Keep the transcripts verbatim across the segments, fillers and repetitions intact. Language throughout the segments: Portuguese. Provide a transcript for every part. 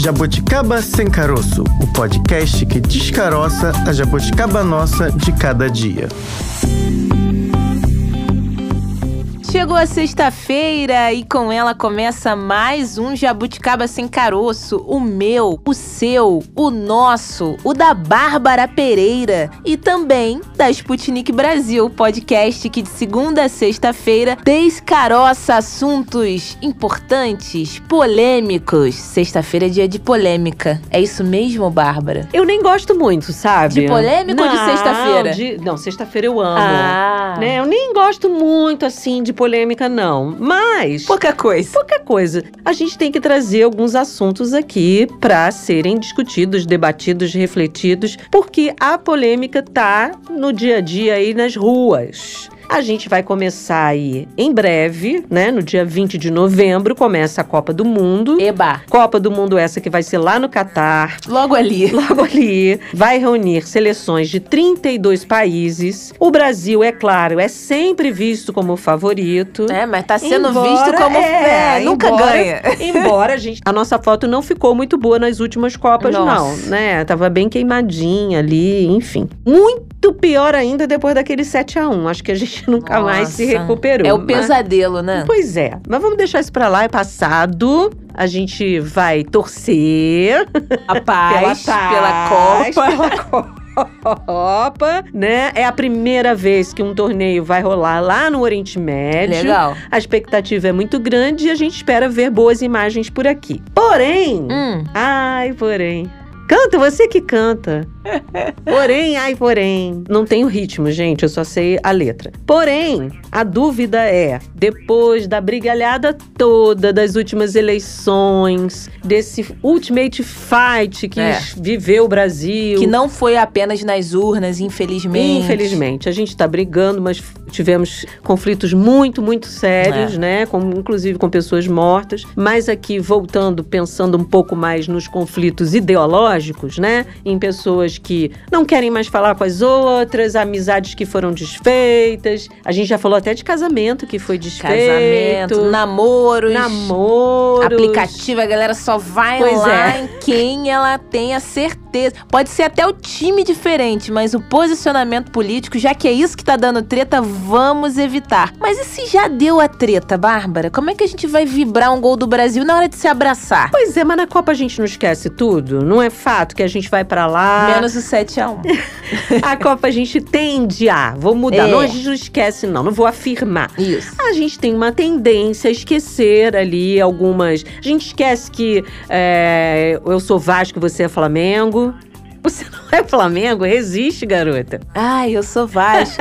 Jabuticaba Sem Caroço, o podcast que descaroça a jabuticaba nossa de cada dia. Chegou a sexta-feira e com ela começa mais um Jabuticaba Sem Caroço, o meu, o seu, o nosso, o da Bárbara Pereira e também da Sputnik Brasil, podcast que de segunda a sexta-feira descaroça assuntos importantes, polêmicos. Sexta-feira é dia de polêmica. É isso mesmo, Bárbara? Eu nem gosto muito, sabe? De polêmica ou de sexta-feira? De... Não, sexta-feira eu amo. Ah. Né? Eu nem gosto muito, assim, de polêmica, não. Mas... Pouca coisa. Pouca coisa. A gente tem que trazer alguns assuntos aqui pra serem discutidos, debatidos, refletidos, porque a polêmica tá no dia a dia aí nas ruas. A gente vai começar aí em breve, né? No dia vinte de novembro, começa a Copa do Mundo. Eba! Copa do Mundo essa que vai ser lá no Catar. Logo ali. Logo ali. Vai reunir seleções de trinta e dois países. O Brasil, é claro, é sempre visto como favorito. É, mas tá sendo embora, visto como... É, é, nunca embora, ganha. Embora a gente... A nossa foto não ficou muito boa nas últimas Copas, Nossa. não, né? Tava bem queimadinha ali, enfim. Muito pior ainda depois daquele sete a um. Acho que a gente nunca Nossa. mais se recuperou. É o mas... pesadelo, né? Pois é. Mas vamos deixar isso pra lá, é passado. A gente vai torcer. A paz, pela, pela paz, Copa. Pela Copa, né? É a primeira vez que um torneio vai rolar lá no Oriente Médio. Legal. A expectativa é muito grande e a gente espera ver boas imagens por aqui. Porém... Hum. Ai, porém... Canta, você que canta. Porém, ai, porém. Não tenho ritmo, gente, eu só sei a letra. Porém, a dúvida é, depois da brigalhada toda das últimas eleições, desse ultimate fight que É. viveu o Brasil... Que não foi apenas nas urnas, infelizmente. Infelizmente. A gente tá brigando, mas tivemos conflitos muito, muito sérios, É. né? Com, inclusive com pessoas mortas. Mas aqui, voltando, pensando um pouco mais nos conflitos ideológicos, né? Em pessoas que não querem mais falar com as outras, amizades que foram desfeitas. A gente já falou até de casamento que foi desfeito. Casamento, namoros. Namoros. Aplicativo, a galera só vai Pois lá é. em quem ela tenha certeza. Pode ser até o time diferente, mas o posicionamento político, já que é isso que tá dando treta, vamos evitar. Mas e se já deu a treta, Bárbara? Como é que a gente vai vibrar um gol do Brasil na hora de se abraçar? Pois é, mas na Copa a gente não esquece tudo. Não é fato que a gente vai pra lá... Menos o sete a um. A Copa a gente tende a... Vou mudar. É. Não, a gente não esquece, não. Não vou afirmar. Isso. A gente tem uma tendência a esquecer ali algumas... A gente esquece que é, eu sou Vasco e você é Flamengo. Você não é Flamengo? Resiste, garota. Ai, eu sou Vasco.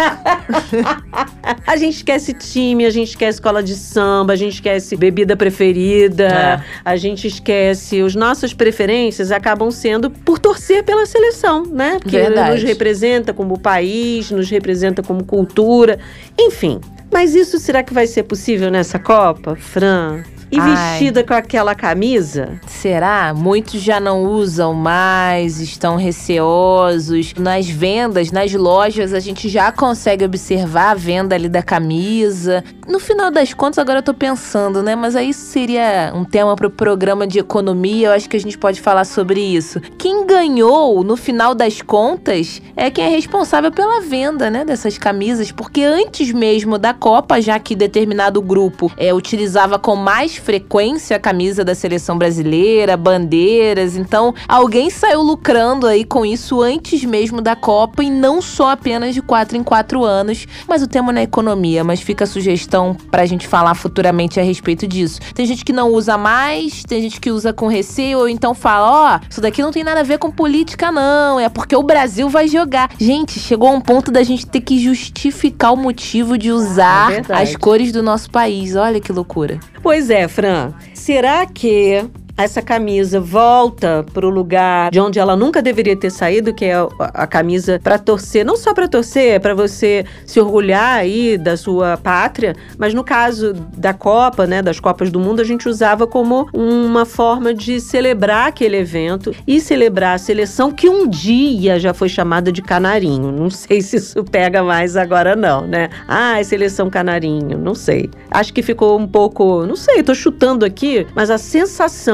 A gente esquece time, a gente esquece escola de samba, a gente esquece bebida preferida, É. a gente esquece... As nossas preferências acabam sendo por torcer pela seleção, né? Porque Verdade. nos representa como país, nos representa como cultura, enfim. Mas isso será que vai ser possível nessa Copa, Fran? E Ai. vestida com aquela camisa? Será? Muitos já não usam mais, estão receosos. Nas vendas, nas lojas, a gente já consegue observar a venda ali da camisa. No final das contas, agora eu tô pensando, né? Mas aí seria um tema pro programa de economia. Eu acho que a gente pode falar sobre isso. Quem ganhou, no final das contas, é quem é responsável pela venda, né? Dessas camisas. Porque antes mesmo da Copa, já que determinado grupo é, utilizava com mais frequência a camisa da seleção brasileira, bandeiras, então alguém saiu lucrando aí com isso antes mesmo da Copa e não só apenas de quatro em quatro anos, mas o tema não é economia, mas fica a sugestão pra gente falar futuramente a respeito disso. Tem gente que não usa mais, tem gente que usa com receio, ou então fala, ó, oh, isso daqui não tem nada a ver com política não, é porque o Brasil vai jogar. Gente, chegou a um ponto da gente ter que justificar o motivo de usar É verdade. as cores do nosso país, olha que loucura. Pois é, Fran. Será que essa camisa volta pro lugar de onde ela nunca deveria ter saído, que é a, a camisa para torcer, não só para torcer, é para você se orgulhar aí da sua pátria, mas no caso da Copa, né, das Copas do Mundo, a gente usava como uma forma de celebrar aquele evento e celebrar a seleção que um dia já foi chamada de canarinho. Não sei se isso pega mais agora não, né? Ah, é seleção canarinho, não sei. Acho que ficou um pouco, não sei, tô chutando aqui, mas a sensação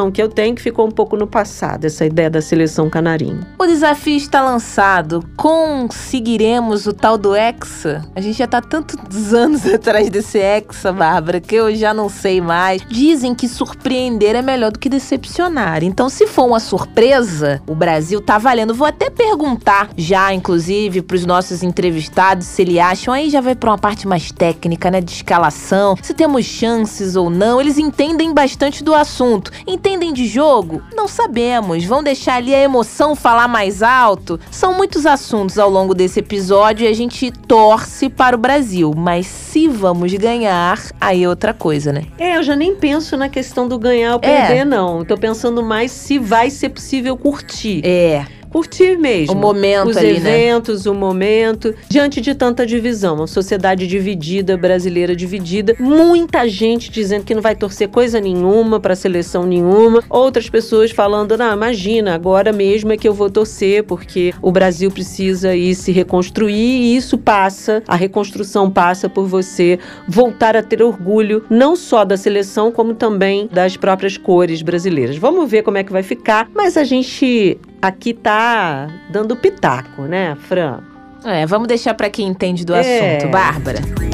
impressão que eu tenho que ficou um pouco no passado, essa ideia da seleção canarinho. O desafio está lançado. Conseguiremos o tal do Hexa? A gente já tá tantos anos atrás desse Hexa, Bárbara, que eu já não sei mais. Dizem que surpreender é melhor do que decepcionar. Então, se for uma surpresa, o Brasil tá valendo. Vou até perguntar já, inclusive, pros nossos entrevistados se eles acham. Aí já vai pra uma parte mais técnica, né, de escalação, se temos chances ou não. Eles entendem bastante do assunto. Entendem de jogo? Não sabemos. Vão deixar ali a emoção falar mais alto? São muitos assuntos ao longo desse episódio e a gente torce para o Brasil. Mas se vamos ganhar, aí é outra coisa, né? É, eu já nem penso na questão do ganhar ou perder, é. não. Tô pensando mais se vai ser possível curtir. É. Curtir mesmo. O momento Os ali, eventos, né? o momento. Diante de tanta divisão, uma sociedade dividida, brasileira dividida, muita gente dizendo que não vai torcer coisa nenhuma pra seleção nenhuma. Outras pessoas falando, não, imagina, agora mesmo é que eu vou torcer, porque o Brasil precisa ir se reconstruir e isso passa, a reconstrução passa por você voltar a ter orgulho, não só da seleção, como também das próprias cores brasileiras. Vamos ver como é que vai ficar, mas a gente aqui tá dando pitaco, né, Fran? É, vamos deixar pra quem entende do É. assunto. Bárbara.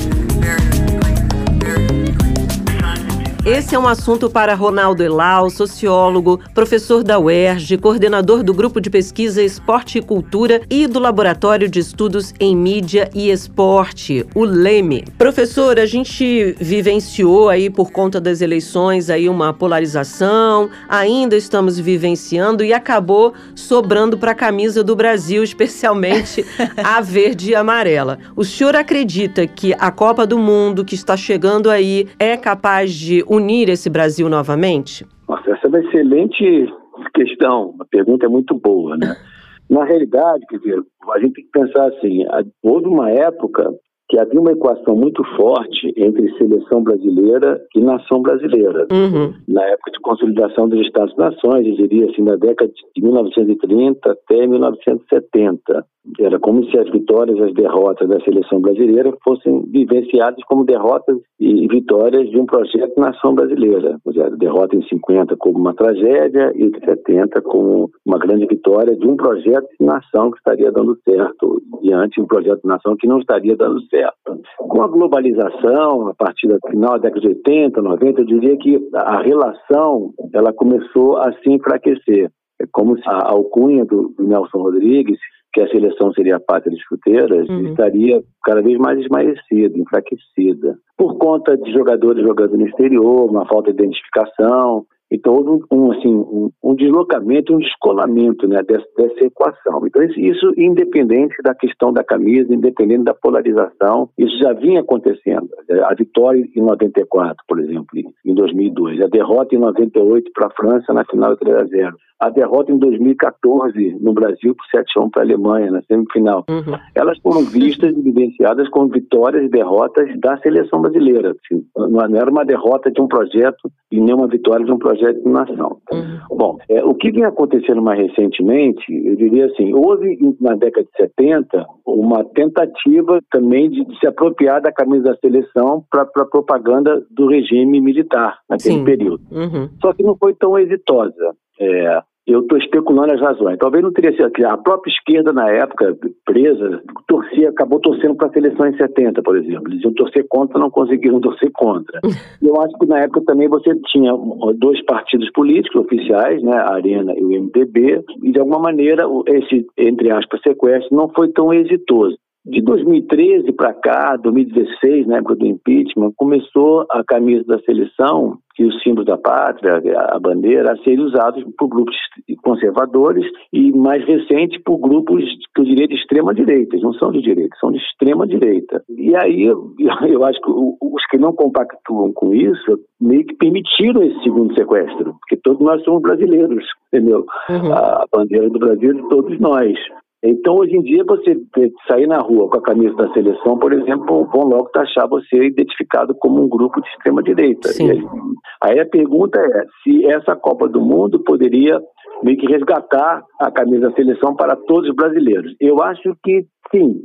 Esse é um assunto para Ronaldo Elau, sociólogo, professor da U E R J, coordenador do Grupo de Pesquisa Esporte e Cultura e do Laboratório de Estudos em Mídia e Esporte, o LEME. Professor, a gente vivenciou aí por conta das eleições aí uma polarização, ainda estamos vivenciando e acabou sobrando para a camisa do Brasil, especialmente a verde e amarela. O senhor acredita que a Copa do Mundo que está chegando aí é capaz de unir esse Brasil novamente? Nossa, essa é uma excelente questão. A pergunta é muito boa, né? Na realidade, quer dizer, a gente tem que pensar assim, houve uma época que havia uma equação muito forte entre seleção brasileira e nação brasileira. Uhum. Na época de consolidação dos Estados-nações, eu diria assim, na década de mil novecentos e trinta até mil novecentos e setenta. Era como se as vitórias e as derrotas da seleção brasileira fossem vivenciadas como derrotas e vitórias de um projeto nação brasileira. Ou seja, derrota em cinquenta como uma tragédia e em setenta como uma grande vitória de um projeto de nação que estaria dando certo, diante de um projeto de nação que não estaria dando certo. Com a globalização, a partir do final da década de oitenta, noventa, eu diria que a relação ela começou a se enfraquecer. É como se a alcunha do, do Nelson Rodrigues, que a seleção seria a pátria das chuteiras, uhum. estaria cada vez mais esmaecida, enfraquecida. Por conta de jogadores jogando no exterior, uma falta de identificação. Então houve um, assim, um, um deslocamento, um descolamento, né, dessa, dessa equação. Então isso independente da questão da camisa, independente da polarização, isso já vinha acontecendo. A vitória em noventa e quatro, por exemplo, em dois mil e dois. A derrota em noventa e oito para a França na final de três a zero. A derrota em dois mil e quatorze no Brasil por sete a um para a Alemanha, na semifinal. Uhum. Elas foram vistas e evidenciadas como vitórias e derrotas da seleção brasileira. Assim, não era uma derrota de um projeto e nem uma vitória de um projeto de nação. Uhum. Bom, é, o que vem acontecendo mais recentemente, eu diria assim, houve na década de setenta uma tentativa também de, de se apropriar da camisa da seleção para a propaganda do regime militar naquele Sim. período. Uhum. Só que não foi tão exitosa. É, eu estou especulando as razões. Talvez não teria sido. A própria esquerda, na época, presa, torcia, acabou torcendo para a seleção em setenta, por exemplo. Eles iam torcer contra, não conseguiram torcer contra. E eu acho que na época também você tinha dois partidos políticos oficiais, né, a Arena e o M D B, e de alguma maneira esse, entre aspas, sequestro não foi tão exitoso. De dois mil e treze para cá, dois mil e dezesseis, na época do impeachment, começou a camisa da seleção e os símbolos da pátria, a bandeira, a serem usados por grupos conservadores e, mais recente, por grupos que eu diria de extrema-direita. Eles não são de direita, são de extrema-direita. E aí, eu, eu acho que os que não compactuam com isso meio que permitiram esse segundo sequestro, porque todos nós somos brasileiros, entendeu? Uhum. A bandeira do Brasil é de todos nós. Então, hoje em dia, você sair na rua com a camisa da seleção, por exemplo, vão logo taxar você identificado como um grupo de extrema-direita. Aí, aí a pergunta é se essa Copa do Mundo poderia meio que resgatar a camisa da seleção para todos os brasileiros. Eu acho que sim,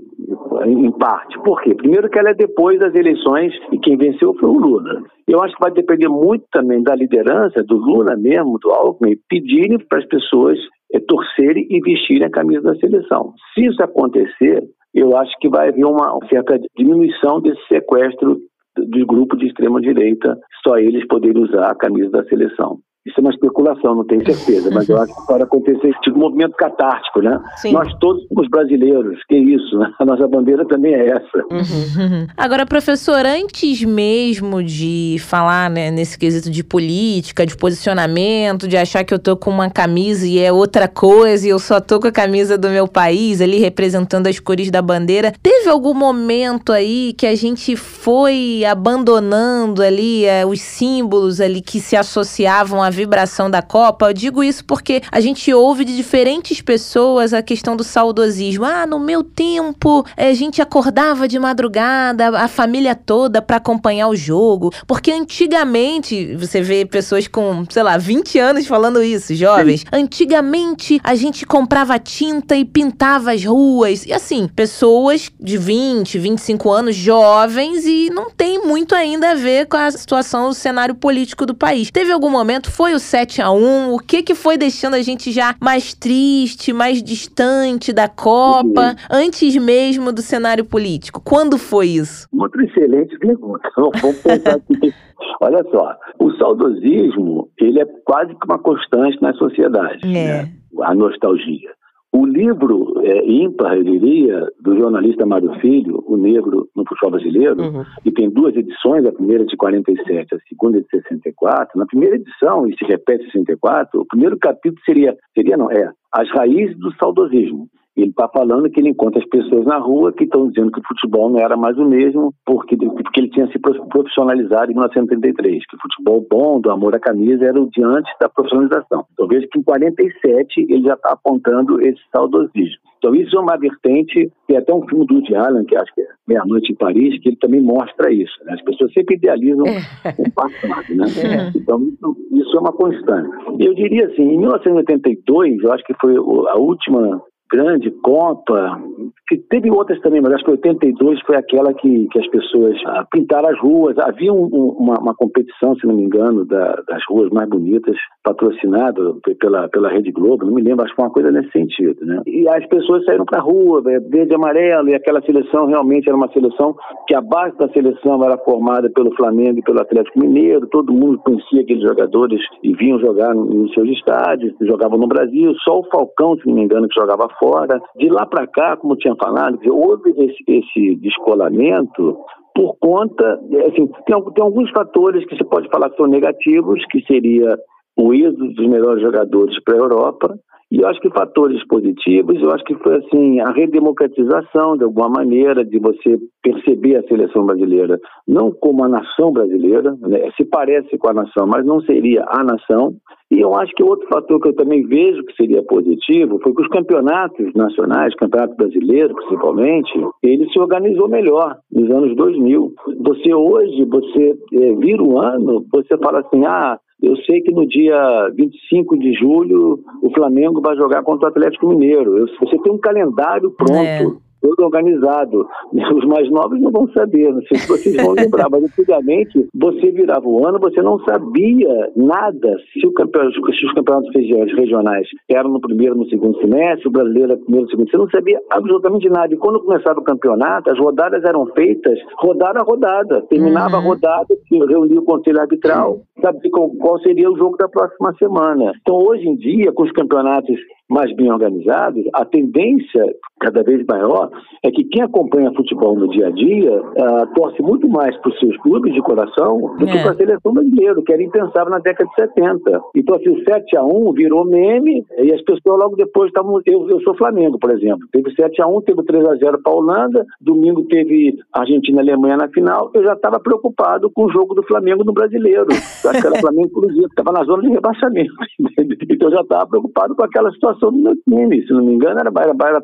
em parte. Por quê? Primeiro que ela é depois das eleições e quem venceu foi o Lula. Eu acho que vai depender muito também da liderança do Lula mesmo, do Alckmin, pedirem para as pessoas é, torcerem e vestirem a camisa da seleção. Se isso acontecer, eu acho que vai haver uma certa diminuição desse sequestro dos grupos de extrema-direita, só eles poderem usar a camisa da seleção. Isso é uma especulação, não tenho certeza, mas eu acho que pode acontecer esse tipo de movimento catártico, né? Sim. Nós todos somos brasileiros, que isso, né? A nossa bandeira também é essa. Uhum. Agora, professor, antes mesmo de falar, né, nesse quesito de política, de posicionamento, de achar que eu tô com uma camisa e é outra coisa e eu só tô com a camisa do meu país ali representando as cores da bandeira, teve algum momento aí que a gente foi abandonando ali é, os símbolos ali que se associavam à vibração da Copa? Eu digo isso porque a gente ouve de diferentes pessoas a questão do saudosismo. Ah, no meu tempo, a gente acordava de madrugada, a família toda para acompanhar o jogo. Porque antigamente, você vê pessoas com, sei lá, vinte anos falando isso, jovens. Antigamente, a gente comprava tinta e pintava as ruas. E assim, pessoas de vinte, vinte e cinco anos, jovens, e não tem muito ainda a ver com a situação, o cenário político do país. Teve algum momento, foi o sete a um? O que que foi deixando a gente já mais triste, mais distante da Copa, uhum. antes mesmo do cenário político? Quando foi isso? Outra excelente pergunta. Vamos pensar aqui. Olha só, o saudosismo, ele é quase que uma constante na sociedade, é. né? A nostalgia. O livro é, ímpar, eu diria, do jornalista Mário Filho, O Negro no Futebol Brasileiro, uhum. que tem duas edições, a primeira é de quarenta e sete, a segunda é de sessenta e quatro. Na primeira edição, e se repete em sessenta e quatro, o primeiro capítulo seria, seria não, é, As Raízes do Saudosismo. Ele está falando que ele encontra as pessoas na rua que estão dizendo que o futebol não era mais o mesmo porque, porque ele tinha se profissionalizado em mil novecentos e trinta e três, que o futebol bom, do amor à camisa, era o de antes da profissionalização. Então veja que em quarenta e sete ele já está apontando esse saudosismo. Então isso é uma vertente, tem até um filme do Woody Allen, que acho que é Meia-Noite em Paris, que ele também mostra isso, né? As pessoas sempre idealizam o passado, né? É. Então isso, isso é uma constante. Eu diria assim, em mil novecentos e oitenta e dois, eu acho que foi a última grande Copa, que teve outras também, mas acho que oitenta e dois foi aquela que, que as pessoas ah, pintaram as ruas. Havia um, um, uma, uma competição, se não me engano, da, das ruas mais bonitas, patrocinada pela, pela Rede Globo, não me lembro, acho que foi uma coisa nesse sentido, né? E as pessoas saíram para a rua, verde e amarelo, e aquela seleção realmente era uma seleção que a base da seleção era formada pelo Flamengo e pelo Atlético Mineiro, todo mundo conhecia aqueles jogadores e vinham jogar nos seus estádios, jogavam no Brasil, só o Falcão, se não me engano, que jogava fora. De lá para cá, como eu tinha falado, houve esse, esse descolamento por conta, assim, tem, tem alguns fatores que você pode falar que são negativos, que seria o êxodo dos melhores jogadores para a Europa, e eu acho que fatores positivos, eu acho que foi assim, a redemocratização, de alguma maneira, de você perceber a seleção brasileira não como a nação brasileira, né? Se parece com a nação, mas não seria a nação. E eu acho que outro fator que eu também vejo que seria positivo foi que os campeonatos nacionais, campeonato brasileiro principalmente, ele se organizou melhor nos anos dois mil. Você hoje, você é, vira o ano, você fala assim, ah, eu sei que no dia vinte e cinco de julho o Flamengo vai jogar contra o Atlético Mineiro. Eu, você tem um calendário pronto. É. Todo organizado. Os mais novos não vão saber, não sei se vocês vão lembrar, mas antigamente você virava o ano, você não sabia nada se, o campeonato, se os campeonatos regionais eram no primeiro, no segundo semestre, o brasileiro era no primeiro, no segundo, você não sabia absolutamente nada. E quando começava o campeonato, as rodadas eram feitas rodada a rodada. Terminava uhum. a rodada, reunia o conselho arbitral, sabia qual seria o jogo da próxima semana. Então, hoje em dia, com os campeonatos mais bem organizados, a tendência cada vez maior é que quem acompanha futebol no dia a dia uh, torce muito mais para os seus clubes de coração do é. que para a seleção brasileira, que era impensável na década de setenta. Então, assim, o sete a um virou meme e as pessoas logo depois estavam... Eu, eu sou Flamengo, por exemplo. Teve sete a um, teve três a zero para a Holanda, domingo teve Argentina e Alemanha na final, eu já estava preocupado com o jogo do Flamengo no Brasileiro. Eu acho que era Flamengo Cruzeiro, que estava na zona de rebaixamento. Então, eu já estava preocupado com aquela situação do meu time. Se não me engano, era, era, era por aí.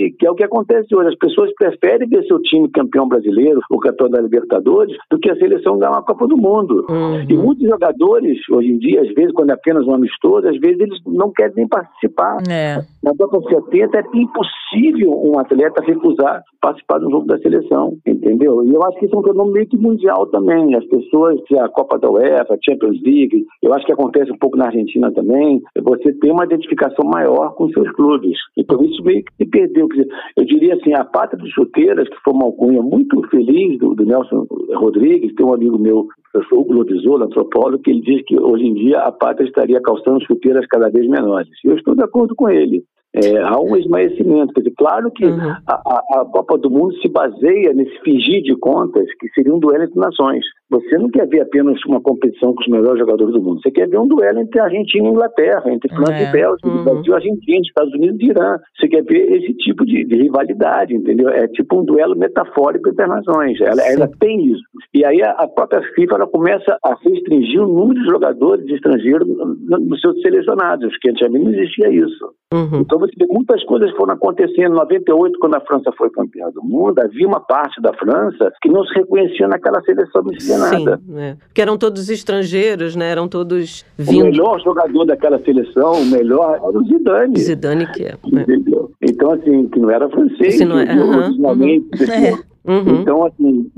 que, que é o que acontece hoje. As pessoas preferem ver seu time campeão brasileiro, o campeão da Libertadores, do que a seleção ganhar uma Copa do Mundo. Uhum. E muitos jogadores, hoje em dia, às vezes, quando é apenas um amistoso, às vezes eles não querem nem participar. É. Na Copa setenta é impossível um atleta recusar participar do jogo da seleção, entendeu? E eu acho que isso é um fenômeno meio que mundial também. As pessoas, a Copa da UEFA, a Champions League, eu acho que acontece um pouco na Argentina também, você tem uma identificação maior com seus clubes. Então isso meio que se perdeu. Quer dizer, eu diria assim, a pátria de chuteiras, que foi uma alcunha muito feliz do, do Nelson Rodrigues, tem um amigo meu, o professor Hugo Lobisola, antropólogo, que ele diz que hoje em dia a pátria estaria calçando chuteiras cada vez menores. E eu estou de acordo com ele. É, há um esmaecimento. Quer dizer, claro que uhum. a, a, a Copa do Mundo se baseia nesse fingir de contas que seria um duelo entre nações. Você não quer ver apenas uma competição com os melhores jogadores do mundo. Você quer ver um duelo entre Argentina e Inglaterra, entre França é. e Bélgica, uhum. Brasil e Argentina, Estados Unidos e Irã. Você quer ver esse tipo de, de rivalidade, entendeu? É tipo um duelo metafórico entre as nações. Ela, ela tem isso. E aí a, a própria FIFA ela começa a restringir o número de jogadores estrangeiros nos seus selecionados, que antigamente não existia isso. Uhum. Então você vê muitas coisas foram acontecendo. Em noventa e oito, quando a França foi campeã do mundo, havia uma parte da França que não se reconhecia naquela seleção miscigenada. Sim, é. Porque eram todos estrangeiros, né? Eram todos vindo... O melhor jogador daquela seleção, o melhor era o Zidane. Zidane que é. Entendeu? Então, assim, que não era francês. Se não é, uhum, originalmente. uhum. É. Uhum. Então, assim,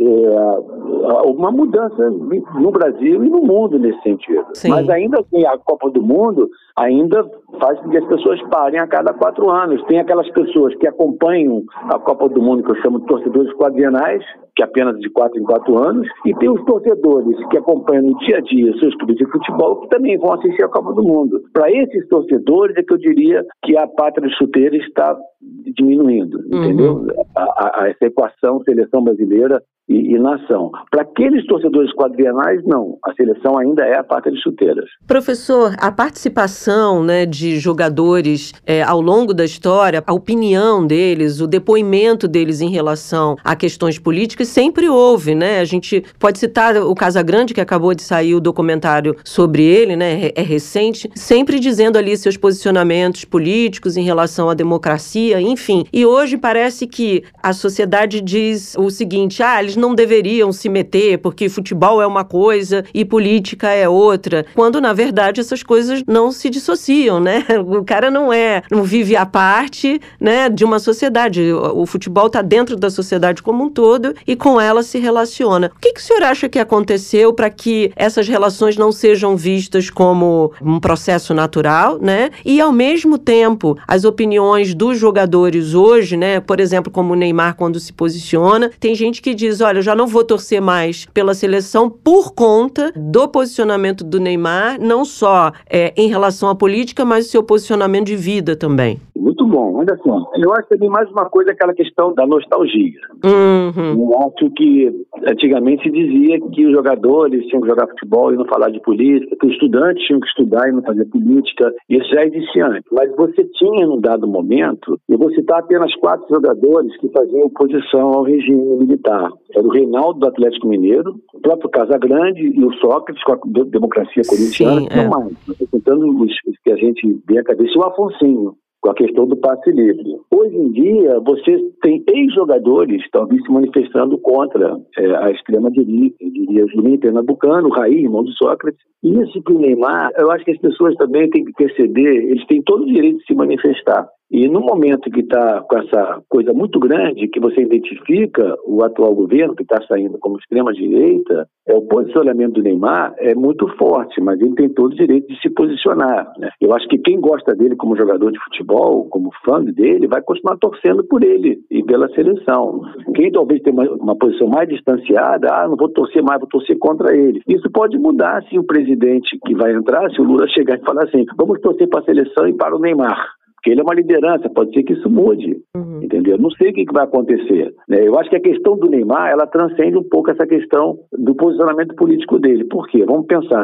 é, uma mudança no Brasil e no mundo nesse sentido. Sim. Mas ainda assim, a Copa do Mundo ainda faz com que as pessoas parem a cada quatro anos. Tem aquelas pessoas que acompanham a Copa do Mundo, que eu chamo de torcedores quadrienais, que é apenas de quatro em quatro anos, e tem os torcedores que acompanham no dia a dia seus clubes de futebol, que também vão assistir a Copa do Mundo. Para esses torcedores é que eu diria que a pátria de chuteira está diminuindo, uhum. entendeu? A, a, a essa equação seleção brasileira e, e nação. Para aqueles torcedores quadrienais, não. A seleção ainda é a pátria de chuteiras. Professor, a participação, né, de jogadores é, ao longo da história, a opinião deles, o depoimento deles em relação a questões políticas sempre houve, né? A gente pode citar o Casagrande, que acabou de sair o documentário sobre ele, né? É recente, sempre dizendo ali seus posicionamentos políticos em relação à democracia, enfim. E hoje parece que a sociedade diz o seguinte, ah, eles não deveriam se meter porque futebol é uma coisa e política é outra, quando na verdade essas coisas não se dissociam, né? O cara não é, não vive à parte, né, de uma sociedade. O, o futebol está dentro da sociedade como um todo e com ela se relaciona. O que, que o senhor acha que aconteceu para que essas relações não sejam vistas como um processo natural, né? E ao mesmo tempo, as opiniões dos jogadores hoje, né, por exemplo, como o Neymar quando se posiciona, tem gente que diz, olha, eu já não vou torcer mais pela seleção por conta do posicionamento do Neymar, não só é, em relação à política, mas o seu posicionamento de vida também. Muito bom, olha só. Eu acho também mais uma coisa aquela questão da nostalgia. Uhum. Eu acho que antigamente se dizia que os jogadores tinham que jogar futebol e não falar de política, que os estudantes tinham que estudar e não fazer política. Isso já existia antes. Mas você tinha, num dado momento, eu vou citar apenas quatro jogadores que faziam oposição ao regime militar. Era o Reinaldo do Atlético Mineiro, o próprio Casagrande e o Sócrates com a democracia corintiana. Sim, que não é. mais. Estou tentando os que a gente vê a cabeça, o Afonsinho, com a questão do passe livre. Hoje em dia, você tem ex-jogadores talvez se manifestando contra é, a extrema-direita, eu diria Juninho Pernambucano, o Raí, irmão do Sócrates. Isso que o Neymar, eu acho que as pessoas também têm que perceber, eles têm todo o direito de se manifestar. E no momento que está com essa coisa muito grande, que você identifica o atual governo, que está saindo como extrema-direita, é, o posicionamento do Neymar é muito forte, mas ele tem todo o direito de se posicionar, né? Eu acho que quem gosta dele como jogador de futebol, como fã dele, vai continuar torcendo por ele e pela seleção. Quem talvez tenha uma, uma posição mais distanciada, ah, não vou torcer mais, vou torcer contra ele. Isso pode mudar se o presidente que vai entrar, se o Lula chegar e falar assim, vamos torcer para a seleção e para o Neymar. Porque ele é uma liderança, pode ser que isso mude, uhum. entendeu? Não sei o que vai acontecer, né? Eu acho que a questão do Neymar, ela transcende um pouco essa questão do posicionamento político dele. Por quê? Vamos pensar assim,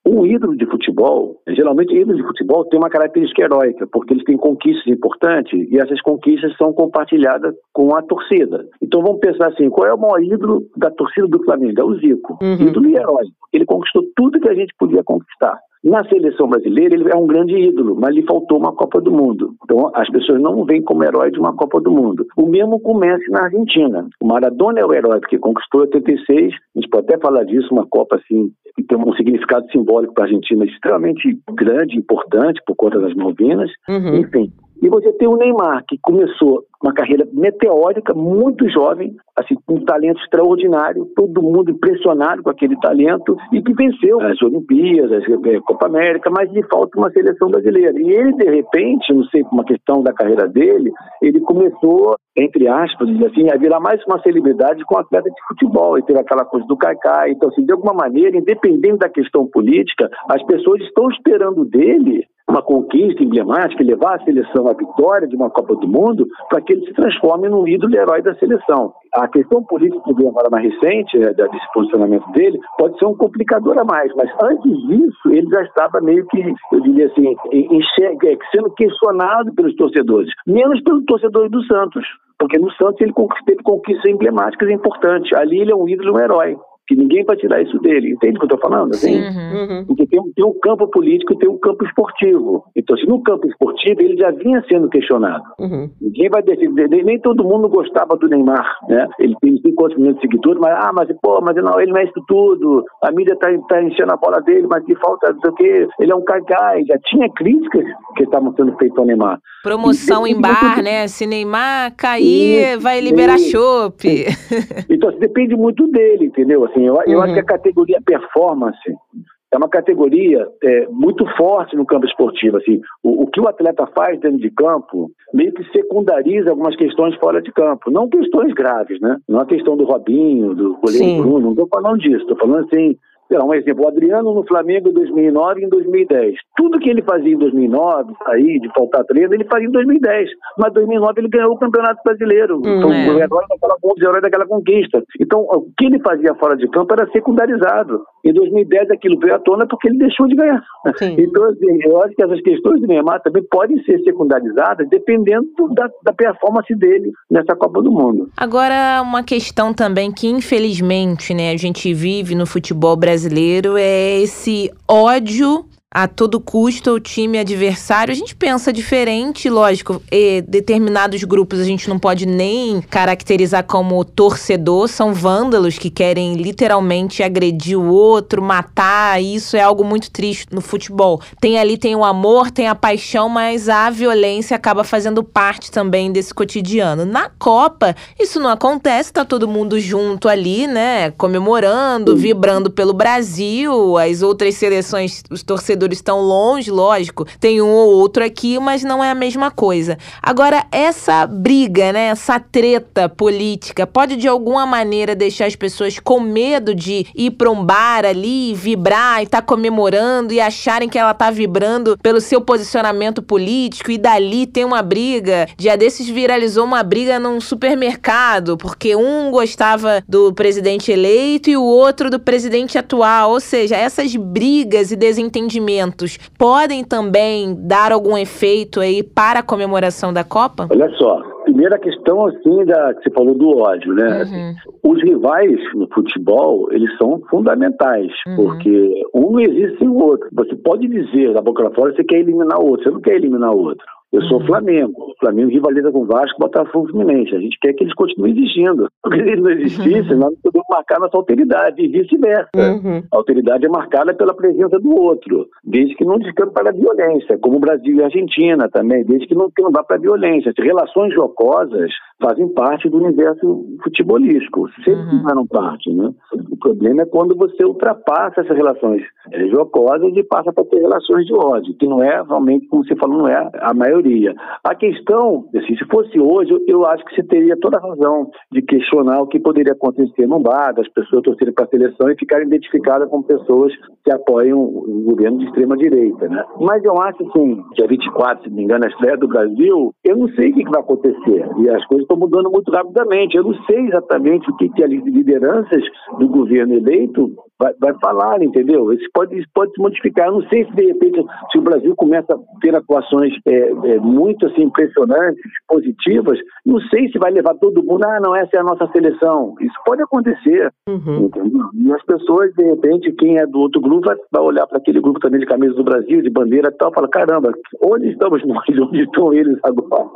Um ídolo de futebol, geralmente ídolos de futebol tem uma característica heróica, porque eles têm conquistas importantes e essas conquistas são compartilhadas com a torcida. Então vamos pensar assim, qual é o maior ídolo da torcida do Flamengo? É o Zico, uhum. ídolo e herói. Ele conquistou tudo que a gente podia conquistar. Na seleção brasileira, ele é um grande ídolo, mas lhe faltou uma Copa do Mundo. Então, as pessoas não veem como herói de uma Copa do Mundo. O mesmo com o Messi na Argentina. O Maradona é o herói, porque conquistou oitenta e seis, a gente pode até falar disso, uma Copa assim, que tem um significado simbólico para a Argentina extremamente grande, importante, por conta das Malvinas, uhum. enfim. E você tem o Neymar, que começou uma carreira meteórica, muito jovem, assim, com um talento extraordinário, todo mundo impressionado com aquele talento, e que venceu as Olimpíadas, a Copa América, mas lhe falta uma seleção brasileira. E ele, de repente, não sei, por uma questão da carreira dele, ele começou, entre aspas, assim, a virar mais uma celebridade com atleta de futebol, e teve aquela coisa do Kaká. Então, assim, de alguma maneira, independente da questão política, as pessoas estão esperando dele uma conquista emblemática, levar a seleção à vitória de uma Copa do Mundo, para que ele se transforme num ídolo herói da seleção. A questão política que veio agora mais recente, né, desse posicionamento dele, pode ser um complicador a mais, mas antes disso, ele já estava meio que, eu diria assim, enxerga, sendo questionado pelos torcedores, menos pelos torcedores do Santos, porque no Santos ele teve conquistas emblemáticas e importantes. Ali ele é um ídolo, um herói, que ninguém vai tirar isso dele. Entende o que eu estou falando? Assim? Sim. Uhum. Porque tem, tem um campo político e tem um campo esportivo. Então, se no campo esportivo ele já vinha sendo questionado. Uhum. Ninguém vai defender, nem, nem todo mundo gostava do Neymar, né? Ele tem cinquenta milhões de seguidores, mas, ah, mas, pô, mas não, ele não é isso tudo, a mídia está tá enchendo a bola dele, mas que falta, não sei o quê, ele é um caicai. Já tinha críticas que estavam sendo feitas ao Neymar. Promoção em bar, muito... né? Se Neymar cair, isso, vai liberar chope. Então, depende muito dele, entendeu? Assim, eu, eu uhum. acho que a categoria performance é uma categoria é, muito forte no campo esportivo. Assim, o, o que o atleta faz dentro de campo meio que secundariza algumas questões fora de campo. Não questões graves, né? Não a questão do Robinho, do goleiro Bruno, não estou falando disso. Estou falando assim, sei lá, um exemplo, o Adriano no Flamengo em dois mil e nove e em dois mil e dez. Tudo que ele fazia em dois mil e nove, sair, de faltar treino, ele fazia em dois mil e dez. Mas em dois mil e nove ele ganhou o Campeonato Brasileiro. Hum, então, é. o herói daquela, o herói daquela conquista. Então, o que ele fazia fora de campo era secundarizado. Em dois mil e dez aquilo veio à tona porque ele deixou de ganhar. Sim. Então, assim, eu acho que essas questões de Neymar também podem ser secundarizadas dependendo da, da performance dele nessa Copa do Mundo. Agora, uma questão também que, infelizmente, né, a gente vive no futebol brasileiro brasileiro é esse ódio a todo custo ao time adversário. A gente pensa diferente, lógico, e determinados grupos a gente não pode nem caracterizar como torcedor, são vândalos que querem literalmente agredir o outro, matar, isso é algo muito triste no futebol. Tem ali, tem o amor, tem a paixão, mas a violência acaba fazendo parte também desse cotidiano. Na Copa, isso não acontece, tá todo mundo junto ali, né, comemorando, vibrando pelo Brasil, as outras seleções, os torcedores estão longe, lógico, tem um ou outro aqui, mas não é a mesma coisa. Agora, essa briga, né, essa treta política, pode de alguma maneira deixar as pessoas com medo de ir para um bar ali, vibrar e estar tá comemorando e acharem que ela tá vibrando pelo seu posicionamento político e dali tem uma briga. Dia desses viralizou uma briga num supermercado, porque um gostava do presidente eleito e o outro do presidente atual, ou seja, essas brigas e desentendimentos podem também dar algum efeito aí para a comemoração da Copa? Olha só, primeira questão assim da que você falou do ódio, né? Uhum. Assim, os rivais no futebol, eles são fundamentais, uhum. porque um não existe sem o outro. Você pode dizer da boca pra fora que você quer eliminar o outro, você não quer eliminar o outro. Eu sou o Flamengo. O Flamengo rivaliza com o Vasco, Botafogo e Fluminense. A gente quer que eles continuem existindo. Porque se eles não existissem, nós não podemos marcar nossa alteridade e vice-versa. Uhum. A alteridade é marcada pela presença do outro, desde que não descampe para a violência, como o Brasil e a Argentina também, desde que não, que não vá para a violência. As relações jocosas fazem parte do universo futebolístico. Sempre uhum. fizeram parte, né? O problema é quando você ultrapassa essas relações jocosas e passa para ter relações de ódio, que não é realmente, como você falou, não é a maioria maioria. A questão, assim, se fosse hoje, eu, eu acho que você teria toda a razão de questionar o que poderia acontecer num bar, das pessoas torcerem para a seleção e ficarem identificadas como pessoas que apoiam o governo de extrema-direita, né? Mas eu acho, assim, dia vinte e quatro, se não me engano, a estreia do Brasil, eu não sei o que, que vai acontecer. E as coisas estão mudando muito rapidamente. Eu não sei exatamente o que, que as lideranças do governo eleito vai, vai falar, entendeu? Isso pode, isso pode se modificar. Eu não sei se, de repente, se o Brasil começa a ter atuações é, é, muito assim, impressionantes, positivas, não sei se vai levar todo mundo, ah, não, essa é a nossa seleção. Isso pode acontecer, uhum. entendeu? E as pessoas, de repente, quem é do outro grupo vai, vai olhar para aquele grupo também de camisa do Brasil, de bandeira e tal, e fala, caramba, onde estamos nós? Onde estão eles agora?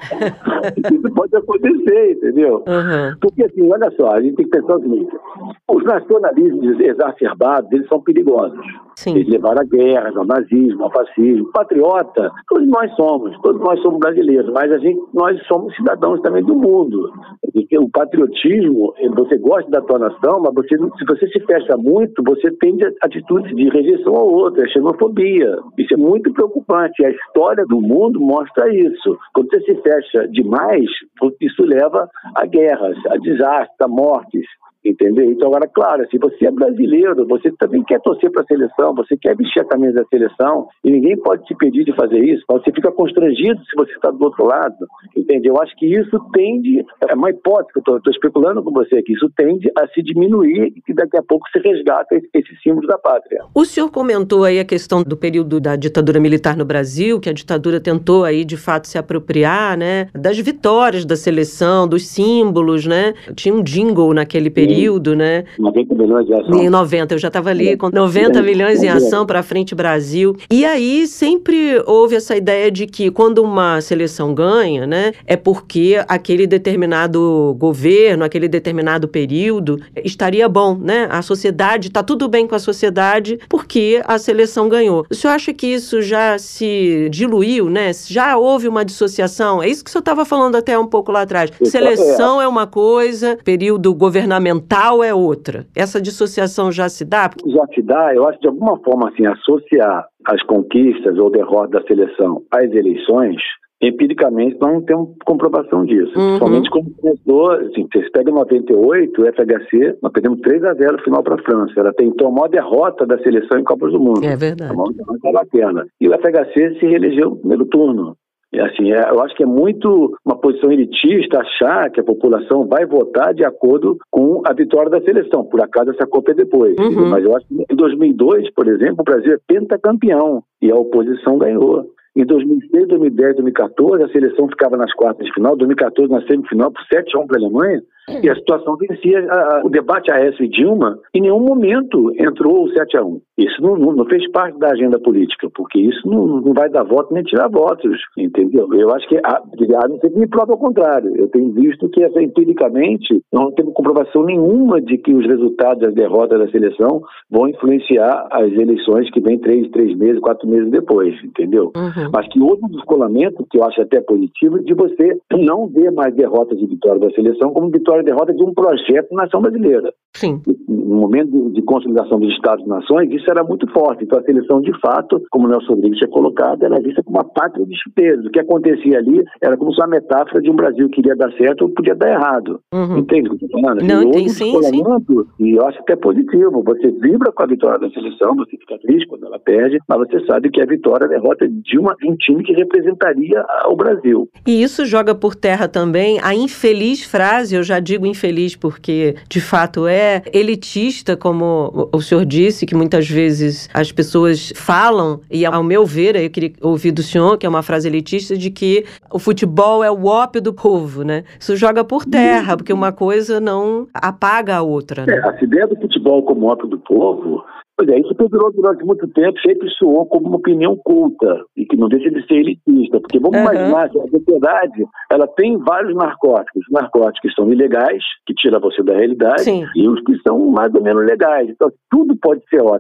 Isso pode acontecer, entendeu? Uhum. Porque, assim, olha só, a gente tem que pensar o seguinte, os nacionalismos exacerbados, eles são perigosos. Sim. Eles levaram a guerra, ao nazismo, ao fascismo. Patriota, todos nós somos, todos nós somos brasileiros, mas a gente, nós somos cidadãos também do mundo. O patriotismo, você gosta da tua nação, mas você, se você se fecha muito, você tende a atitudes de rejeição ao outro, é xenofobia. Isso é muito preocupante. A história do mundo mostra isso. Quando você se fecha demais, isso leva a guerras, a desastres, a mortes. Entendeu? Então, agora, claro, se você é brasileiro, você também quer torcer para a seleção, você quer vestir a camisa da seleção, e ninguém pode te pedir de fazer isso, você fica constrangido se você está do outro lado, entendeu? Eu acho que isso tende, é uma hipótese que eu estou especulando com você aqui, isso tende a se diminuir e que daqui a pouco se resgata esse, esse símbolo da pátria. O senhor comentou aí a questão do período da ditadura militar no Brasil, que a ditadura tentou aí, de fato, se apropriar, né, das vitórias da seleção, dos símbolos, né? Tinha um jingle naquele período, período, né? noventa milhões de ação. Em noventa, eu já estava ali com noventa milhões em ação para a Frente Brasil. E aí sempre houve essa ideia de que quando uma seleção ganha, né, é porque aquele determinado governo, aquele determinado período estaria bom, né? A sociedade, está tudo bem com a sociedade porque a seleção ganhou. O senhor acha que isso já se diluiu, né? Já houve uma dissociação? É isso que o senhor estava falando até um pouco lá atrás. Seleção é uma coisa, período governamental tal é outra. Essa dissociação já se dá? Já se dá, eu acho que de alguma forma assim, associar as conquistas ou derrotas da seleção às eleições, empiricamente não tem comprovação disso. Uhum. Principalmente quando começou, assim, você pega em noventa e oito, o F H C, nós perdemos três a zero no final para a França. Ela tentou a maior derrota da seleção em Copas do Mundo. É verdade. A maior derrota da pena. E o F H C se reelegeu no primeiro turno. Assim, é, eu acho que é muito uma posição elitista achar que a população vai votar de acordo com a vitória da seleção. Por acaso essa Copa é depois. Uhum. Mas eu acho que em dois mil e dois, por exemplo, o Brasil é pentacampeão e a oposição ganhou. Em dois mil e seis, dois mil e dez, dois mil e catorze, a seleção ficava nas quartas de final, dois mil e catorze na semifinal por sete a um para a Alemanha, e a situação vencia a, a, o debate Aécio e Dilma, em nenhum momento entrou o sete a um. Isso não, não, não fez parte da agenda política, porque isso não, não vai dar voto nem tirar votos, entendeu? Eu acho que, a, a não ser que me prova ao contrário, eu tenho visto que essa, empiricamente não tem comprovação nenhuma de que os resultados das derrotas da seleção vão influenciar as eleições que vêm três, três meses, quatro meses depois, entendeu? Uhum. Mas que houve um descolamento, que eu acho até positivo, de você não ver mais derrotas e vitórias da seleção como vitória e derrota de um projeto nação brasileira. Sim. No momento de, de consolidação dos Estados-nações, isso era muito forte. Então a seleção, de fato, como o Nelson Rodrigues tinha colocado, era vista como uma pátria de chuteiros. O que acontecia ali era como se uma metáfora de um Brasil que iria dar certo ou podia dar errado. Uhum. Entende o que eu estou falando? Não, e entendi, sim, sim. E eu acho até positivo. Você vibra com a vitória da seleção, você fica triste quando ela perde, mas você sabe que a vitória é a derrota de, uma, de um time que representaria o Brasil. E isso joga por terra também a infeliz frase, eu já digo infeliz porque de fato é elitista, como o senhor disse, que muitas vezes as pessoas falam, e ao meu ver, eu queria ouvir do senhor, que é uma frase elitista, de que o futebol é o ópio do povo, né? Isso joga por terra, porque uma coisa não apaga a outra, né? É, a ideia do futebol como ópio do povo, pois é, isso perdurou durante muito tempo, sempre soou como uma opinião culta, e que não deixa de ser elitista, porque vamos uhum. imaginar que a sociedade, ela tem vários narcóticos, os narcóticos que são ilegais, que tiram você da realidade, Sim. e os que são mais ou menos legais. Então, tudo pode ser ópio.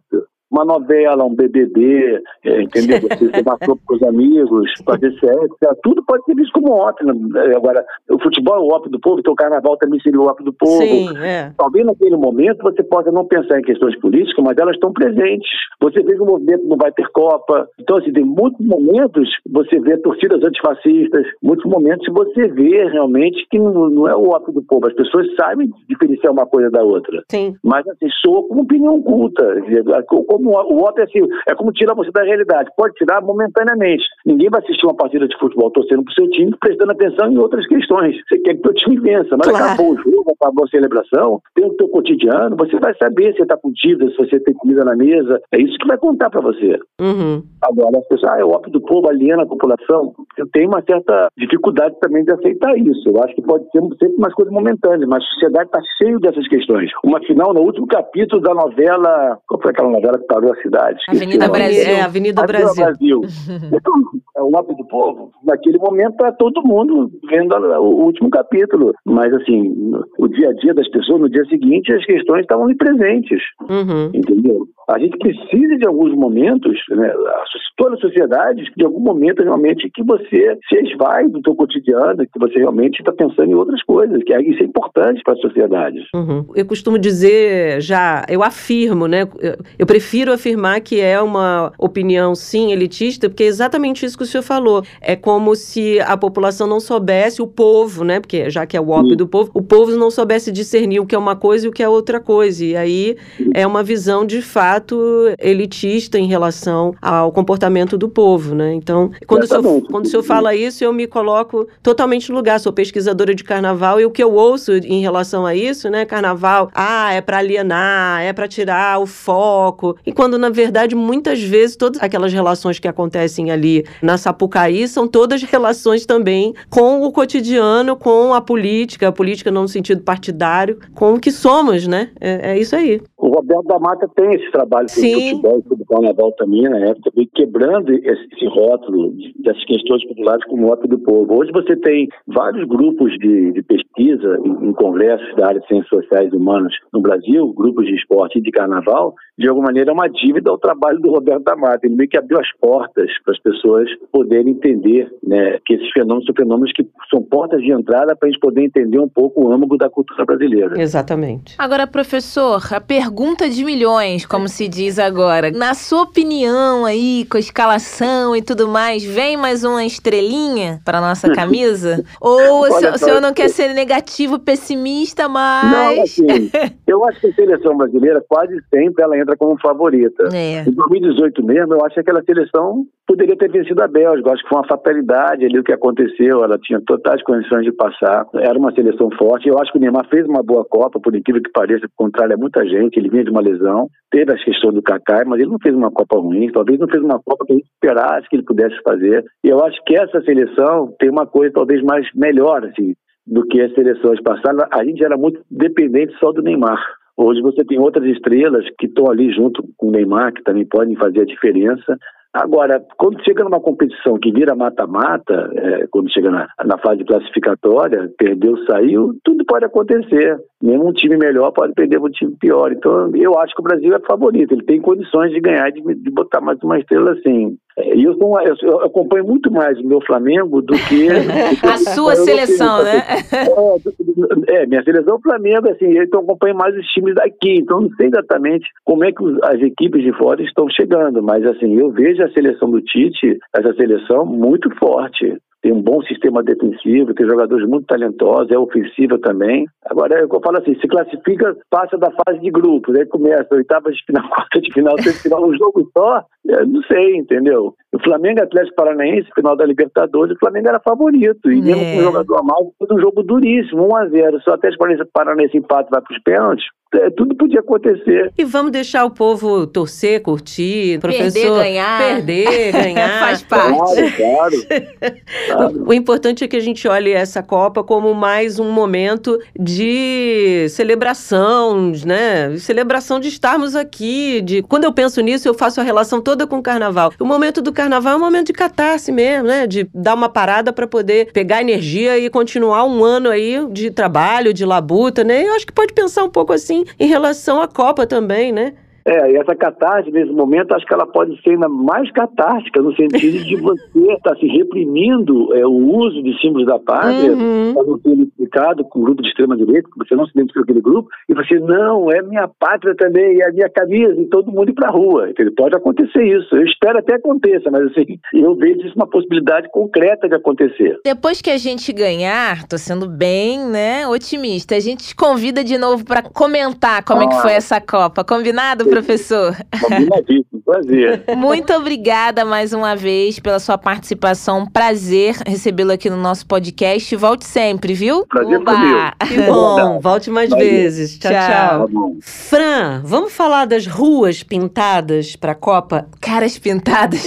uma novela, um B B B, é, entendeu? Você tomar sopa com os amigos, fazer sexo, tudo pode ser visto como ópio. Agora, o futebol é o ópio do povo, então o carnaval também seria o ópio do povo. Sim, é. Talvez naquele momento você possa não pensar em questões políticas, mas elas estão presentes. Você vê que o movimento não vai ter Copa. Então, assim, tem muitos momentos você vê torcidas antifascistas, muitos momentos você vê realmente que não, não é o ópio do povo. As pessoas sabem diferenciar uma coisa da outra. Sim. Mas, assim, soa como opinião culta. Como o ópio é assim, é como tirar você da realidade. Pode tirar momentaneamente. Ninguém vai assistir uma partida de futebol torcendo pro seu time, prestando atenção em outras questões. Você quer que o teu time vença, mas claro. Acabou o jogo, acabou a celebração, tem o teu cotidiano, você vai saber se está com dívida, se você tem comida na mesa. É isso que vai contar para você. Uhum. Agora, as pessoas, ah, é o ópio do povo, aliena a população. Eu tenho uma certa dificuldade também de aceitar isso. Eu acho que pode ser sempre umas coisas momentâneas, mas a sociedade está cheia dessas questões. Uma final, no último capítulo da novela, qual foi aquela novela que parou a cidade? Avenida Brasil. É, Avenida, Avenida Brasil. Brasil. Então, é o ópio do povo. Naquele momento está todo mundo vendo a, o último capítulo. Mas, assim, o dia a dia das pessoas, no dia seguinte, as questões estavam ali presentes. Uhum. Entendeu? A gente precisa de alguns momentos, né, toda a sociedade, de algum momento realmente que você se esvai do teu cotidiano, que você realmente está pensando em outras coisas, que isso é importante para a sociedade. Uhum. Eu costumo dizer, já, eu afirmo, né, eu, eu prefiro afirmar que é uma opinião, sim, elitista, porque é exatamente isso que o senhor falou. É como se a população não soubesse, o povo, né, porque já que é o ópio sim. do povo, o povo não soubesse discernir o que é uma coisa e o que é outra coisa. E aí sim. é uma visão de fato elitista em relação ao comportamento do povo, né? Então, quando o, senhor, quando o senhor fala isso, eu me coloco totalmente no lugar. Sou pesquisadora de carnaval e o que eu ouço em relação a isso, né? Carnaval, ah, é para alienar, é para tirar o foco. E quando, na verdade, muitas vezes, todas aquelas relações que acontecem ali na Sapucaí são todas relações também com o cotidiano, com a política, a política não no sentido partidário, com o que somos, né? É, é isso aí. O Roberto da Mata tem esse trabalho com o futebol e o carnaval também, na época, quebrando esse, esse rótulo dessas questões populares como o ópio do povo. Hoje você tem vários grupos de, de pesquisa em, em congressos da área de ciências sociais e humanas no Brasil, grupos de esporte e de carnaval, de alguma maneira é uma dívida ao trabalho do Roberto da Mata. Ele meio que abriu as portas para as pessoas poderem entender, né, que esses fenômenos são fenômenos que são portas de entrada para a gente poder entender um pouco o âmago da cultura brasileira. Exatamente. Agora, professor, a pergunta de milhões, como se diz agora. Na sua opinião aí, com a escalação e tudo mais, vem mais uma estrelinha para nossa camisa? Ou Olha, o senhor não quer ser negativo, pessimista, mas... Não, assim, eu acho que a seleção brasileira quase sempre ela entra como favorita. É. Em dois mil e dezoito mesmo, eu acho que aquela seleção poderia ter vencido a Bélgica. Eu acho que foi uma fatalidade ali o que aconteceu. Ela tinha totais condições de passar. Era uma seleção forte. Eu acho que o Neymar fez uma boa Copa, por incrível que pareça, por contrário a muita gente. Ele vinha de uma lesão. Teve as questões do Kaká, mas ele não fez uma Copa ruim. Talvez não fez uma Copa que a gente esperasse que ele pudesse fazer. E eu acho que essa seleção tem uma coisa talvez mais melhor, assim, do que as seleções passadas. A gente era muito dependente só do Neymar. Hoje você tem outras estrelas que estão ali junto com o Neymar, que também podem fazer a diferença. Agora, quando chega numa competição que vira mata-mata, é, quando chega na, na fase classificatória, perdeu, saiu, tudo pode acontecer. Mesmo um time melhor pode perder para um time pior. Então, eu acho que o Brasil é favorito. Ele tem condições de ganhar, de, de botar mais uma estrela assim. E eu, sou uma, eu, eu acompanho muito mais o meu Flamengo do que... a sua seleção, né? É, é, minha seleção é o Flamengo, assim, então eu acompanho mais os times daqui, então não sei exatamente como é que os, as equipes de fora estão chegando, mas assim, eu vejo a seleção do Tite, essa seleção muito forte. Tem um bom sistema defensivo, tem jogadores muito talentosos, é ofensiva também. Agora, eu falo assim, se classifica, passa da fase de grupos, aí começa oitava de final, quarta de final, semifinal, um jogo só, eu não sei, entendeu? O Flamengo, Atlético Paranaense, final da Libertadores, o Flamengo era favorito, e mesmo é. com o jogador a mais, foi um jogo duríssimo, um a zero, só o Atlético Paranaense empate vai para os pênaltis. É, tudo podia acontecer. E vamos deixar o povo torcer, curtir, professor... Perder, ganhar. Perder, ganhar. Faz parte. Claro, claro. claro. O, o importante é que a gente olhe essa Copa como mais um momento de celebração, né? Celebração de estarmos aqui. De... Quando eu penso nisso, eu faço a relação toda com o Carnaval. O momento do Carnaval é um momento de catarse mesmo, né? De dar uma parada para poder pegar energia e continuar um ano aí de trabalho, de labuta, né? Eu acho que pode pensar um pouco assim em relação à Copa também, né? É, e essa catarse, nesse momento, acho que ela pode ser ainda mais catártica, no sentido de você estar tá se reprimindo é, o uso de símbolos da pátria, Uhum. para não ser identificado com um grupo de extrema-direita, porque você não se identifica com aquele grupo, e você, não, é minha pátria também, é a minha camisa, e todo mundo ir para a rua. Entendeu? Pode acontecer isso. Eu espero até aconteça, mas assim, eu vejo isso uma possibilidade concreta de acontecer. Depois que a gente ganhar, tô sendo bem, né, otimista, a gente te convida de novo para comentar como ah. é que foi essa Copa. Combinado, professor? Combinadíssimo, prazer. Muito obrigada mais uma vez pela sua participação. Prazer recebê-lo aqui no nosso podcast. Volte sempre, viu? Prazer Oba. comigo. Que bom, volte mais Valeu. vezes. Tchau, tchau. Tchau. Tá Fran, vamos falar das ruas pintadas para a Copa? Caras pintadas.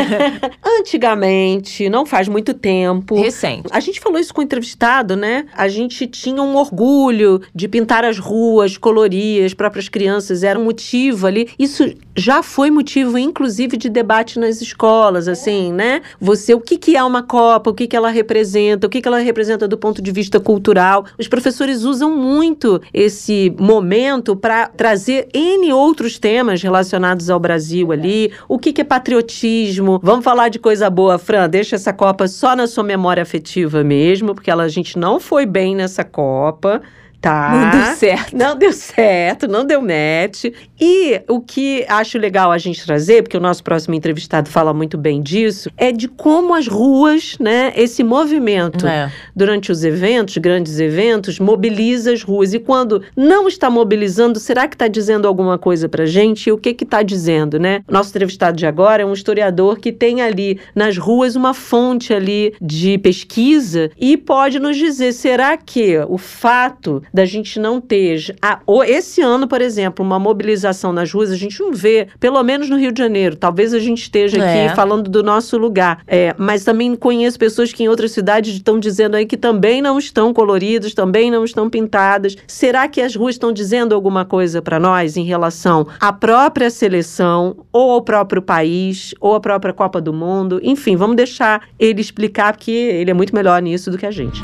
Antigamente, não faz muito tempo. Recente. A gente falou isso com o entrevistado, né? A gente tinha um orgulho de pintar as ruas, colorir, as próprias crianças. Era um motivo ali. Isso já foi motivo, inclusive, de debate nas escolas, assim, né? Você, o que, que é uma Copa, o que, que ela representa, o que, que ela representa do ponto de vista cultural. Os professores usam muito esse momento para trazer N outros temas relacionados ao Brasil ali. O que, que é patriotismo? Vamos falar de coisa boa, Fran. Deixa essa Copa só na sua memória afetiva mesmo, porque ela, a gente não foi bem nessa Copa. Tá. Não deu certo. Não deu certo, não deu match. E o que acho legal a gente trazer, porque o nosso próximo entrevistado fala muito bem disso, é de como as ruas, né, esse movimento, É. durante os eventos, grandes eventos, mobiliza as ruas. E quando não está mobilizando, será que está dizendo alguma coisa pra gente? E o que que está dizendo, né? Nosso entrevistado de agora é um historiador que tem ali nas ruas uma fonte ali de pesquisa e pode nos dizer, será que o fato da gente não ter, a, ou esse ano, por exemplo, uma mobilização nas ruas, a gente não vê, pelo menos no Rio de Janeiro, talvez a gente esteja aqui É. falando do nosso lugar, é, mas também conheço pessoas que em outras cidades estão dizendo aí que também não estão coloridas, também não estão pintadas. Será que as ruas estão dizendo alguma coisa para nós em relação à própria seleção, ou ao próprio país, ou à própria Copa do Mundo? Enfim, vamos deixar ele explicar, porque ele é muito melhor nisso do que a gente.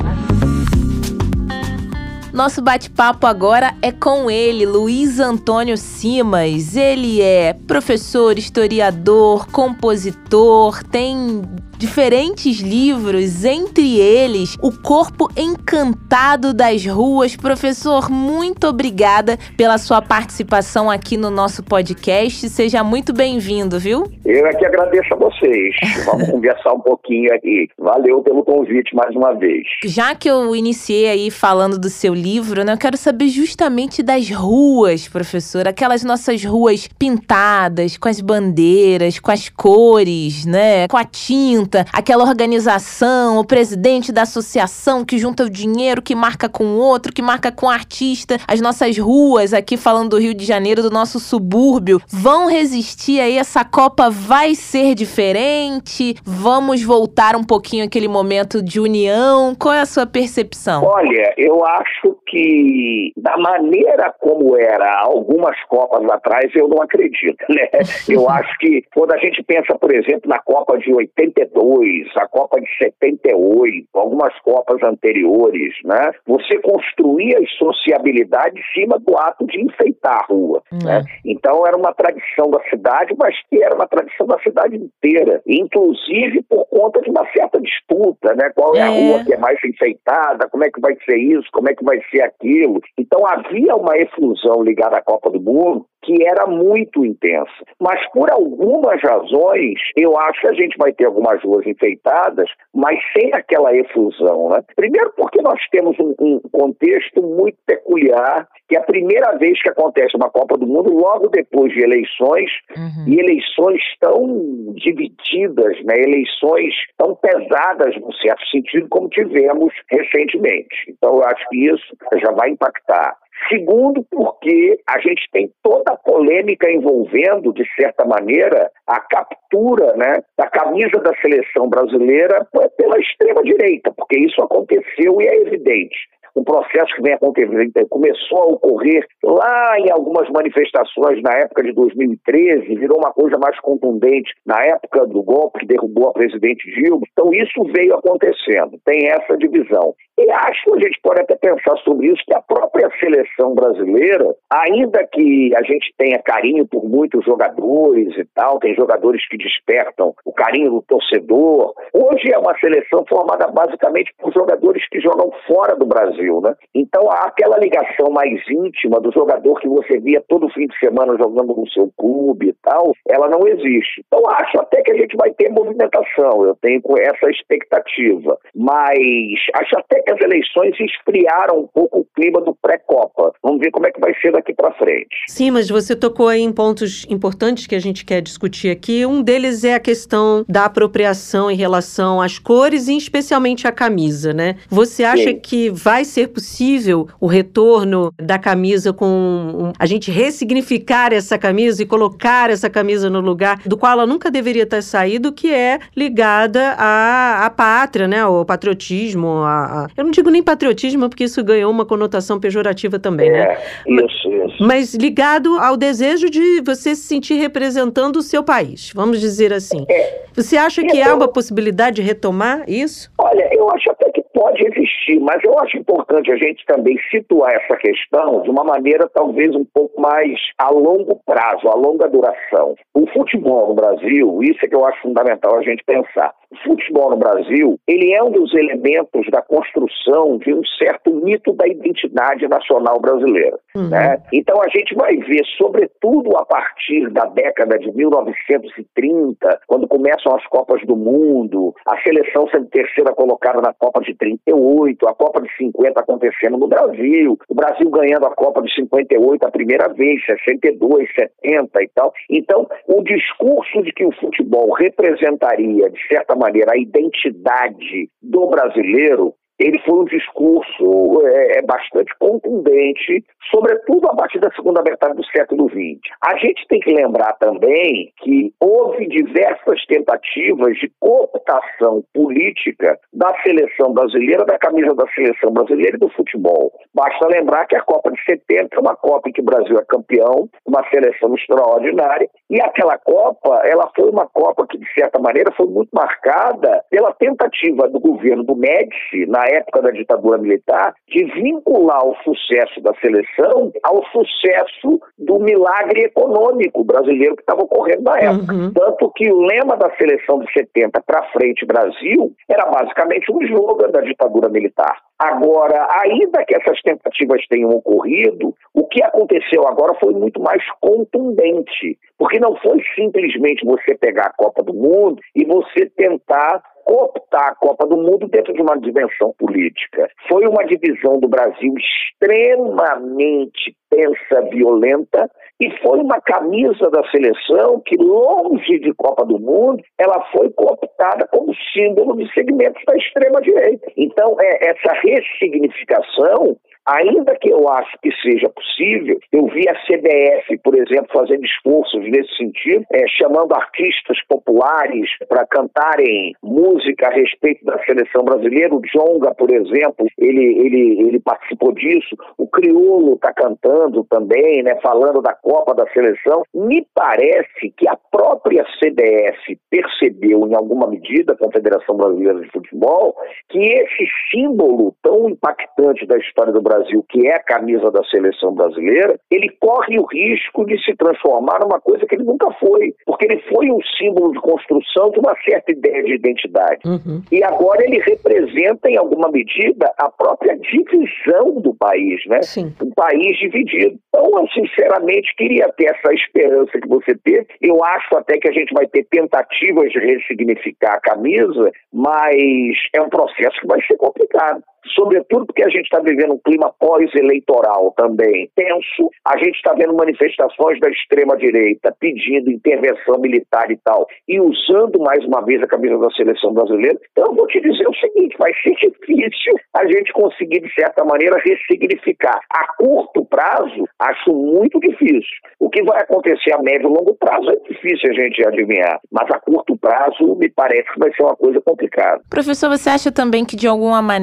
Nosso bate-papo agora é com ele, Luiz Antônio Simas. Ele é professor, historiador, compositor, tem diferentes livros, entre eles O Corpo Encantado das Ruas. Professor, muito obrigada pela sua participação aqui no nosso podcast. Seja muito bem-vindo, viu? Eu é que agradeço a vocês. Vamos conversar um pouquinho aqui. Valeu pelo convite mais uma vez. Já que eu iniciei aí falando do seu livro, né, eu quero saber justamente das ruas, professor. Aquelas nossas ruas pintadas, com as bandeiras, com as cores, né, com a tinta. Aquela organização, o presidente da associação que junta o dinheiro, que marca com o outro, que marca com o artista. As nossas ruas, aqui falando do Rio de Janeiro, do nosso subúrbio, vão resistir aí? Essa Copa vai ser diferente? Vamos voltar um pouquinho àquele momento de união? Qual é a sua percepção? Olha, eu acho que da maneira como era algumas Copas atrás, eu não acredito, né? Eu acho que quando a gente pensa, por exemplo, na Copa de oitenta e dois, a Copa de setenta e oito, algumas Copas anteriores, né? Você construía a sociabilidade em cima do ato de enfeitar a rua, hum. né? Então era uma tradição da cidade, mas que era uma tradição da cidade inteira, inclusive por conta de uma certa disputa, né? Qual é, é a rua que é mais enfeitada, como é que vai ser isso, como é que vai ser aquilo. Então havia uma efusão ligada à Copa do Mundo que era muito intensa. Mas por algumas razões, eu acho que a gente vai ter algumas ruas enfeitadas, mas sem aquela efusão, né? Primeiro porque nós temos um, um contexto muito peculiar, que é a primeira vez que acontece uma Copa do Mundo logo depois de eleições, uhum. e eleições tão divididas, né? Eleições tão pesadas, num certo sentido, como tivemos recentemente. Então eu acho que isso já vai impactar. Segundo, porque a gente tem toda a polêmica envolvendo, de certa maneira, a captura, né, da camisa da seleção brasileira pela extrema-direita, porque isso aconteceu e é evidente. um processo que vem acontecendo, começou a ocorrer lá em algumas manifestações na época de dois mil e treze, virou uma coisa mais contundente na época do golpe que derrubou a presidente Dilma. Então isso veio acontecendo, tem essa divisão. E acho que a gente pode até pensar sobre isso, que a própria seleção brasileira, ainda que a gente tenha carinho por muitos jogadores e tal, tem jogadores que despertam o carinho do torcedor, hoje é uma seleção formada basicamente por jogadores que jogam fora do Brasil, né? Então há aquela ligação mais íntima do jogador que você via todo fim de semana jogando no seu clube e tal, ela não existe. Então acho até que a gente vai ter movimentação, eu tenho essa expectativa, mas acho até que as eleições esfriaram um pouco o clima do pré-Copa. Vamos ver como é que vai ser daqui para frente. Sim, mas você tocou aí em pontos importantes que a gente quer discutir aqui. Um deles é a questão da apropriação em relação às cores e especialmente à camisa, né? Você acha Sim. que vai ser possível o retorno da camisa com um, a gente ressignificar essa camisa e colocar essa camisa no lugar do qual ela nunca deveria ter saído, que é ligada à, à pátria, né? Ao patriotismo, a, a... eu não digo nem patriotismo, porque isso ganhou uma conotação pejorativa também, é, né? Isso, isso. Mas ligado ao desejo de você se sentir representando o seu país, vamos dizer assim. É. Você acha que então, há uma possibilidade de retomar isso? Olha, eu acho até que pode existir, mas eu acho importante a gente também situar essa questão de uma maneira talvez um pouco mais a longo prazo, a longa duração. O futebol no Brasil, isso é que eu acho fundamental a gente pensar. O futebol no Brasil, ele é um dos elementos da construção de um certo mito da identidade nacional brasileira. Uhum. Né? Então a gente vai ver, sobretudo a partir da década de mil novecentos e trinta, quando começam as Copas do Mundo, a seleção sendo terceira colocada na Copa de trinta e oito, a Copa de cinquenta acontecendo no Brasil, o Brasil ganhando a Copa de cinquenta e oito a primeira vez, sessenta e dois, setenta e tal. Então, o discurso de que o futebol representaria, de certa maneira, a identidade do brasileiro, ele foi um discurso é, bastante contundente, sobretudo a partir da segunda metade do século vinte. A gente tem que lembrar também que houve diversas tentativas de cooptação política da seleção brasileira, da camisa da seleção brasileira e do futebol. Basta lembrar que a Copa de setenta é uma Copa em que o Brasil é campeão, uma seleção extraordinária, e aquela Copa, ela foi uma Copa que, de certa maneira, foi muito marcada pela tentativa do governo do Médici, na época da ditadura militar, de vincular o sucesso da seleção ao sucesso do milagre econômico brasileiro que estava ocorrendo na época. Uhum. Tanto que o lema da seleção de setenta para frente Brasil era basicamente um slogan da ditadura militar. Agora, ainda que essas tentativas tenham ocorrido, o que aconteceu agora foi muito mais contundente, porque não foi simplesmente você pegar a Copa do Mundo e você tentar cooptar a Copa do Mundo dentro de uma dimensão política. Foi uma divisão do Brasil extremamente tensa, violenta, e foi uma camisa da seleção que, longe de Copa do Mundo, ela foi cooptada como símbolo de segmentos da extrema-direita. Então, é, essa ressignificação, ainda que eu acho que seja possível, eu vi a C B F, por exemplo, fazendo esforços nesse sentido, é, chamando artistas populares para cantarem música a respeito da seleção brasileira. O Djonga, por exemplo, ele, ele, ele participou disso. O Criolo está cantando também, né, falando da Copa da Seleção. Me parece que a própria C B F percebeu, em alguma medida, a Confederação Brasileira de Futebol, que esse símbolo tão impactante da história do Brasil, Brasil, que é a camisa da seleção brasileira, ele corre o risco de se transformar numa coisa que ele nunca foi, porque ele foi um símbolo de construção de uma certa ideia de identidade. Uhum. E agora ele representa, em alguma medida, a própria divisão do país, né? Sim. Um país dividido. Então, eu sinceramente queria ter essa esperança que você teve. Eu acho até que a gente vai ter tentativas de ressignificar a camisa, mas é um processo que vai ser complicado. Sobretudo porque a gente está vivendo um clima pós-eleitoral também tenso, a gente está vendo manifestações da extrema-direita pedindo intervenção militar e tal, e usando mais uma vez a camisa da seleção brasileira. Então eu vou te dizer o seguinte, vai ser difícil a gente conseguir, de certa maneira, ressignificar. A curto prazo, acho muito difícil. O que vai acontecer a médio e longo prazo é difícil a gente adivinhar, mas a curto prazo me parece que vai ser uma coisa complicada. Professor, você acha também que de alguma maneira no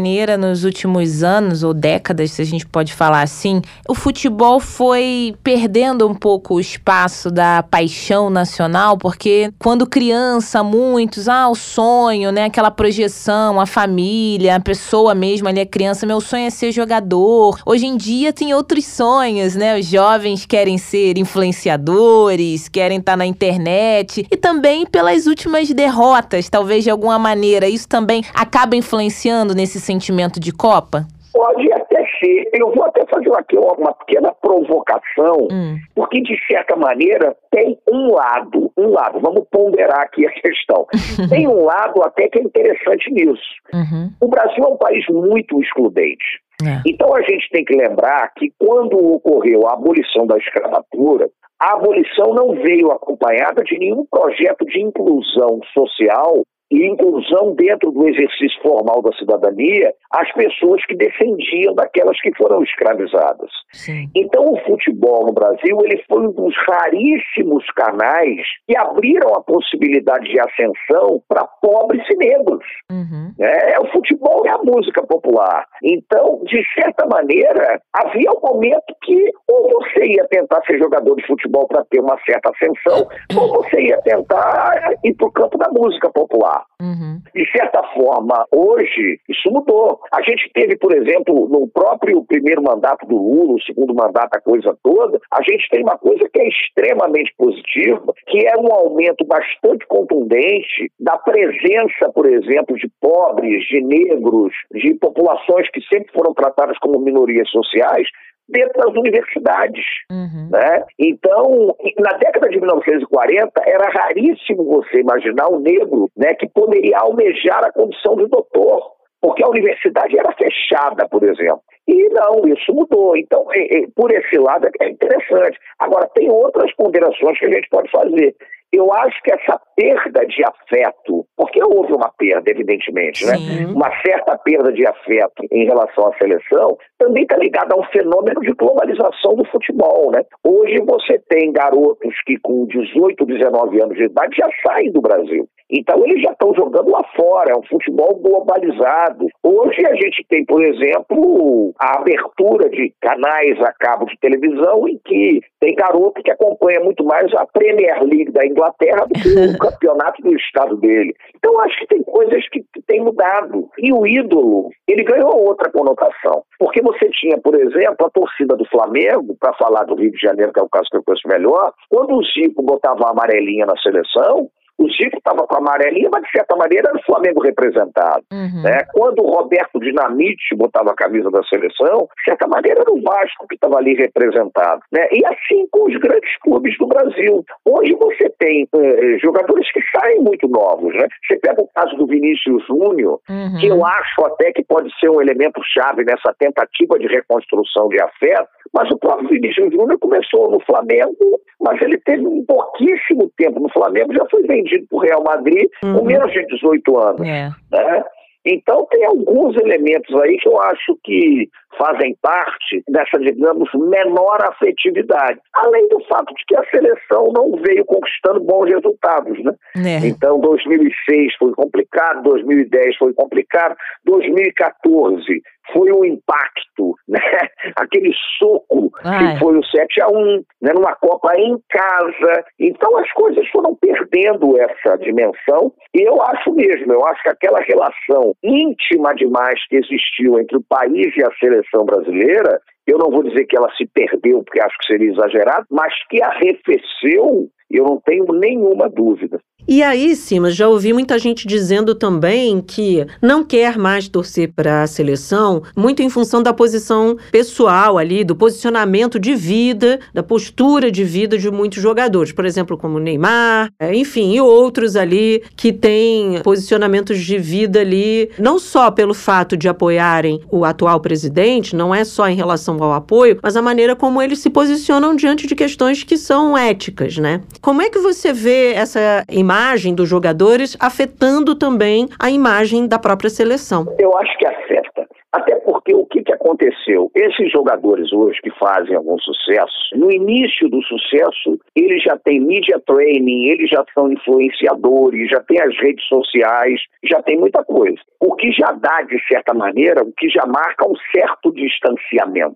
nos últimos anos, ou décadas, se a gente pode falar assim, o futebol foi perdendo um pouco o espaço da paixão nacional, porque quando criança, muitos, ah, o sonho, né, aquela projeção, a família, a pessoa mesmo ali, a criança, meu sonho é ser jogador. Hoje em dia tem outros sonhos, né, os jovens querem ser influenciadores, querem estar na internet, e também pelas últimas derrotas, talvez de alguma maneira, isso também acaba influenciando nesse sentimento de Copa? Pode até ser. Eu vou até fazer aqui uma, uma pequena provocação, hum. porque, de certa maneira, tem um lado, um lado, vamos ponderar aqui a questão, tem um lado até que é interessante nisso. Uhum. O Brasil é um país muito excludente. É. Então, a gente tem que lembrar que, quando ocorreu a abolição da escravatura, a abolição não veio acompanhada de nenhum projeto de inclusão social e inclusão dentro do exercício formal da cidadania as pessoas que descendiam daquelas que foram escravizadas. Sim. Então, o futebol no Brasil ele foi um dos raríssimos canais que abriram a possibilidade de ascensão para pobres e negros. Uhum. É, o futebol é a música popular. Então, de certa maneira, havia um momento que ou você ia tentar ser jogador de futebol para ter uma certa ascensão, ou você ia tentar ir para o campo da música popular. Uhum. De certa forma, hoje, isso mudou. A gente teve, por exemplo, no próprio primeiro mandato do Lula, o segundo mandato, a coisa toda, a gente tem uma coisa que é extremamente positiva, que é um aumento bastante contundente da presença, por exemplo, de pobres, de negros, de populações que sempre foram tratadas como minorias sociais, dentro das universidades. Uhum. Né? Então, na década de mil novecentos e quarenta, era raríssimo você imaginar um negro, né, que poderia almejar a condição de doutor, porque a universidade era fechada, por exemplo. E não, isso mudou. Então, é, é, por esse lado, é interessante. Agora, tem outras ponderações que a gente pode fazer. Eu acho que essa perda de afeto, porque houve uma perda, evidentemente, né? Uma certa perda de afeto em relação à seleção, também está ligada a um fenômeno de globalização do futebol, né? Hoje você tem garotos que com dezoito, dezenove anos de idade já saem do Brasil. Então eles já estão jogando lá fora, é um futebol globalizado. Hoje a gente tem, por exemplo, a abertura de canais a cabo de televisão em que tem garoto que acompanha muito mais a Premier League da Inglaterra do que o campeonato do estado dele. Então acho que tem coisas que têm mudado. E o ídolo, ele ganhou outra conotação. Porque você tinha, por exemplo, a torcida do Flamengo, para falar do Rio de Janeiro, que é o caso que eu conheço melhor, quando o Zico botava a amarelinha na seleção, o Zico estava com a amarelinha, mas de certa maneira era o Flamengo representado. Uhum. Né? Quando o Roberto Dinamite botava a camisa da seleção, de certa maneira era o Vasco que estava ali representado. Né? E assim com os grandes clubes do Brasil. Hoje você tem eh, jogadores que saem muito novos. Né? Você pega o caso do Vinícius Júnior, uhum. que eu acho até que pode ser um elemento chave nessa tentativa de reconstrução de afeto, mas o próprio Vinícius Júnior começou no Flamengo, mas ele teve um pouquíssimo tempo no Flamengo, já foi vendido para o Real Madrid uhum. com menos de dezoito anos. É. Né? Então tem alguns elementos aí que eu acho que fazem parte dessa, digamos, menor afetividade. Além do fato de que a seleção não veio conquistando bons resultados, né? É. Então dois mil e seis foi complicado, dois mil e dez foi complicado, dois mil e quatorze foi um impacto, né? Aquele soco Ai. que foi o sete a um, né? Numa Copa em casa. Então as coisas foram perdendo essa dimensão e eu acho mesmo, eu acho que aquela relação íntima demais que existiu entre o país e a seleção brasileira, eu não vou dizer que ela se perdeu, porque acho que seria exagerado, mas que arrefeceu, eu não tenho nenhuma dúvida. E aí, Simas, já ouvi muita gente dizendo também que não quer mais torcer para a seleção, muito em função da posição pessoal ali, do posicionamento de vida, da postura de vida de muitos jogadores, por exemplo, como o Neymar, enfim, e outros ali que têm posicionamentos de vida ali, não só pelo fato de apoiarem o atual presidente, não é só em relação ao apoio, mas a maneira como eles se posicionam diante de questões que são éticas, né? Como é que você vê essa imagem dos jogadores afetando também a imagem da própria seleção? Eu acho que afeta. Até porque o que, que aconteceu? Esses jogadores hoje que fazem algum sucesso, no início do sucesso, eles já têm media training, eles já são influenciadores, já têm as redes sociais, já tem muita coisa. O que já dá, de certa maneira, o que já marca um certo distanciamento.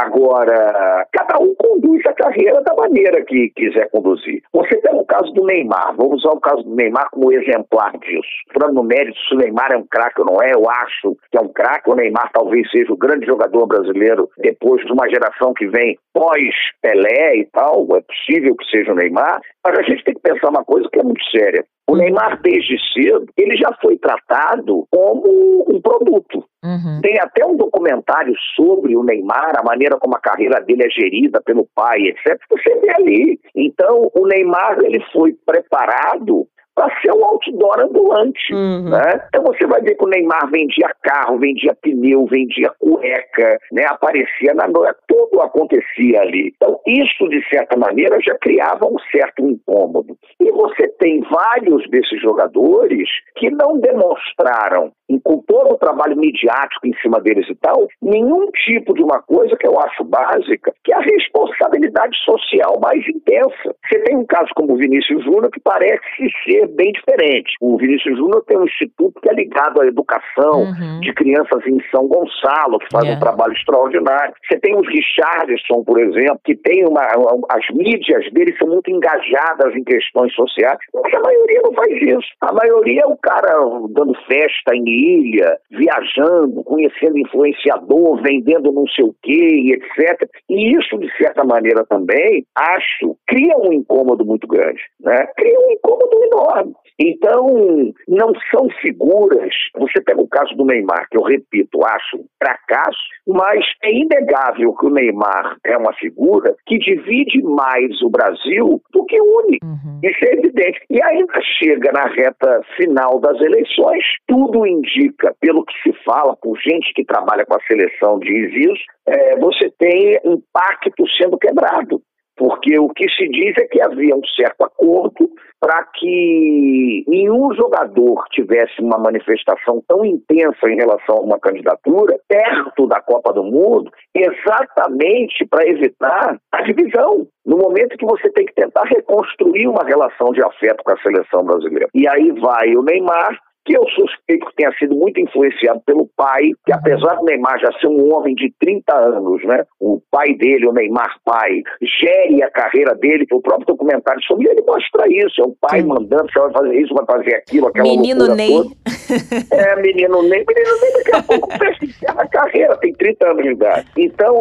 Agora, cada um conduz a carreira da maneira que quiser conduzir. Você tem o caso do Neymar, vamos usar o caso do Neymar como exemplar disso. Falando no mérito, se o Neymar é um craque ou não é, eu acho que é um craque. O Neymar talvez seja o grande jogador brasileiro depois de uma geração que vem pós-Pelé e tal, é possível que seja o Neymar, mas a gente tem que pensar uma coisa que é muito séria. O Neymar, desde cedo, ele já foi tratado como um produto. Uhum. Tem até um documentário sobre o Neymar, a maneira como a carreira dele é gerida pelo pai, etcétera. Você vê ali. Então, o Neymar, ele foi preparado para ser um outdoor ambulante, uhum. né? Então você vai ver que o Neymar vendia carro, vendia pneu, vendia cueca, né? Aparecia na noite, tudo acontecia ali. Então isso, de certa maneira, já criava um certo incômodo. E você tem vários desses jogadores que não demonstraram, com todo o trabalho midiático em cima deles e tal, nenhum tipo de uma coisa que eu acho básica, que é a responsabilidade social mais intensa. Você tem um caso como o Vinícius Júnior que parece ser bem diferente. O Vinícius Júnior tem um instituto que é ligado à educação uhum. de crianças em São Gonçalo, que faz yeah. um trabalho extraordinário. Você tem os Richarlison, por exemplo, que tem uma... As mídias deles são muito engajadas em questões sociais, mas a maioria não faz isso. A maioria é o cara dando festa em ilha, viajando, conhecendo influenciador, vendendo não sei o quê, etcétera. E isso, de certa maneira, também, acho, cria um incômodo muito grande, né? Cria um incômodo enorme. Então, não são figuras... Você pega o caso do Neymar, que eu repito, acho um fracasso, mas é inegável que o Neymar é uma figura que divide mais o Brasil do que une. Uhum. Isso é evidente. E ainda chega na reta final das eleições, tudo indica, pelo que se fala, por gente que trabalha com a seleção diz isso, é, você tem impacto sendo quebrado. Porque o que se diz é que havia um certo acordo para que nenhum jogador tivesse uma manifestação tão intensa em relação a uma candidatura perto da Copa do Mundo, exatamente para evitar a divisão. No momento que você tem que tentar reconstruir uma relação de afeto com a seleção brasileira. E aí vai o Neymar, que eu suspeito que tenha sido muito influenciado pelo pai, que apesar do Neymar já ser um homem de trinta anos, né, o pai dele, o Neymar pai, gere a carreira dele, o próprio documentário sobre ele mostra isso, é o pai Sim. mandando, você vai fazer isso, vai fazer aquilo, aquela menino Ney. Toda. É, menino Ney, menino Ney daqui a pouco encerra a carreira, tem trinta anos de idade. Então,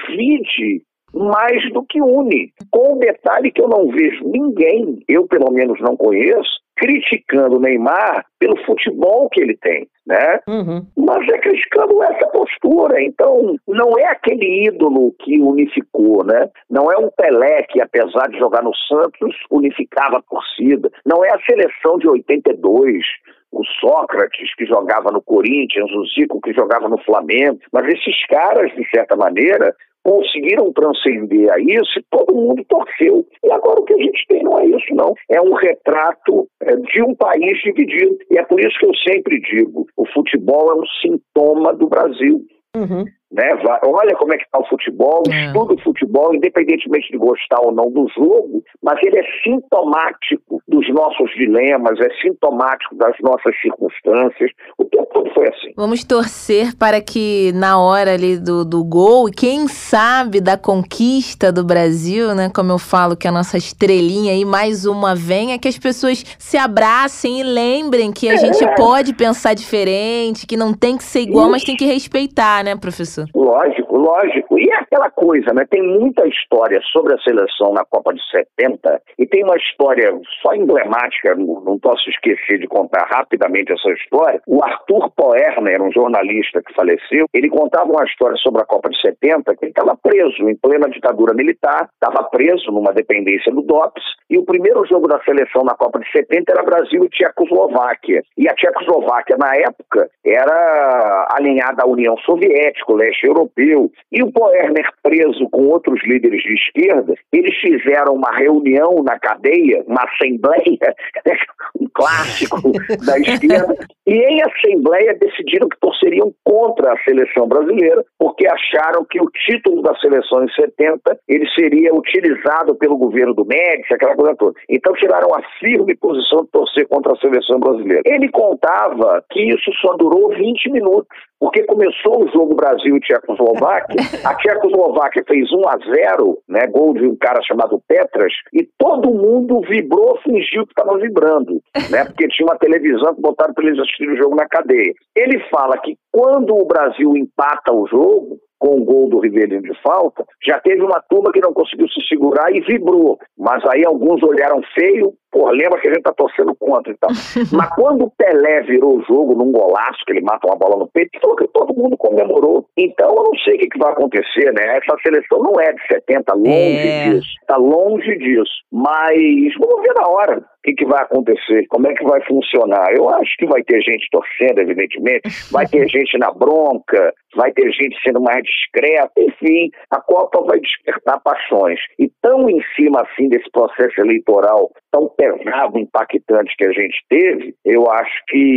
divide mais do que une, com um detalhe que eu não vejo ninguém, eu pelo menos não conheço, criticando o Neymar pelo futebol que ele tem, né? Uhum. Mas é criticando essa postura. Então, não é aquele ídolo que unificou, né? Não é um Pelé que, apesar de jogar no Santos, unificava a torcida. Não é a seleção de oitenta e dois, o Sócrates que jogava no Corinthians, o Zico que jogava no Flamengo. Mas esses caras, de certa maneira, conseguiram transcender a isso e todo mundo torceu. E agora o que a gente tem não é isso, não. É um retrato é, de um país dividido. E é por isso que eu sempre digo, o futebol é um sintoma do Brasil. Uhum. Né? Olha como é que está o futebol, é. estuda o futebol, independentemente de gostar ou não do jogo, mas ele é sintomático dos nossos dilemas, é sintomático das nossas circunstâncias. O tempo todo foi assim. Vamos torcer para que na hora ali do, do gol, quem sabe da conquista do Brasil, né? Como eu falo que a nossa estrelinha aí, mais uma venha, que as pessoas se abracem e lembrem que a é. gente pode pensar diferente, que não tem que ser igual, Isso. mas tem que respeitar, né, professor? Lógico, lógico. E é aquela coisa, né? Tem muita história sobre a seleção na Copa de setenta e tem uma história só emblemática, não, não posso esquecer de contar rapidamente essa história. O Arthur Poerner, um jornalista que faleceu, ele contava uma história sobre a Copa de setenta, que ele estava preso em plena ditadura militar, estava preso numa dependência do D O P S, e o primeiro jogo da seleção na Copa de setenta era Brasil e Tchecoslováquia. E a Tchecoslováquia, na época, era alinhada à União Soviética, o leste europeu, Brasil. E o Poerner, preso com outros líderes de esquerda, eles fizeram uma reunião na cadeia, uma assembleia, um clássico da esquerda, e em assembleia decidiram que torceriam contra a seleção brasileira, porque acharam que o título da seleção em setenta ele seria utilizado pelo governo do Médici, aquela coisa toda. Então tiraram a firme posição de torcer contra a seleção brasileira. Ele contava que isso só durou vinte minutos, porque começou o jogo Brasil e Tchecoslováquia, a Tchecoslováquia fez um a zero, né, gol de um cara chamado Petras, e todo mundo vibrou, fingiu que estava vibrando, né, porque tinha uma televisão que botaram para eles assistirem o jogo na cadeia. Ele fala que quando o Brasil empata o jogo, com o gol do Rivelino de falta, já teve uma turma que não conseguiu se segurar e vibrou. Mas aí alguns olharam feio, pô, lembra que a gente tá torcendo contra e tal. Mas quando o Pelé virou o jogo num golaço, que ele mata uma bola no peito, falou que todo mundo comemorou. Então eu não sei o que, que vai acontecer, né? Essa seleção não é de setenta, longe é. disso. Tá longe disso. Mas vamos ver na hora. O que, que vai acontecer? Como é que vai funcionar? Eu acho que vai ter gente torcendo, evidentemente, vai ter gente na bronca, vai ter gente sendo mais discreta, enfim, a Copa vai despertar paixões. E tão em cima, assim, desse processo eleitoral tão pesado, impactante que a gente teve, eu acho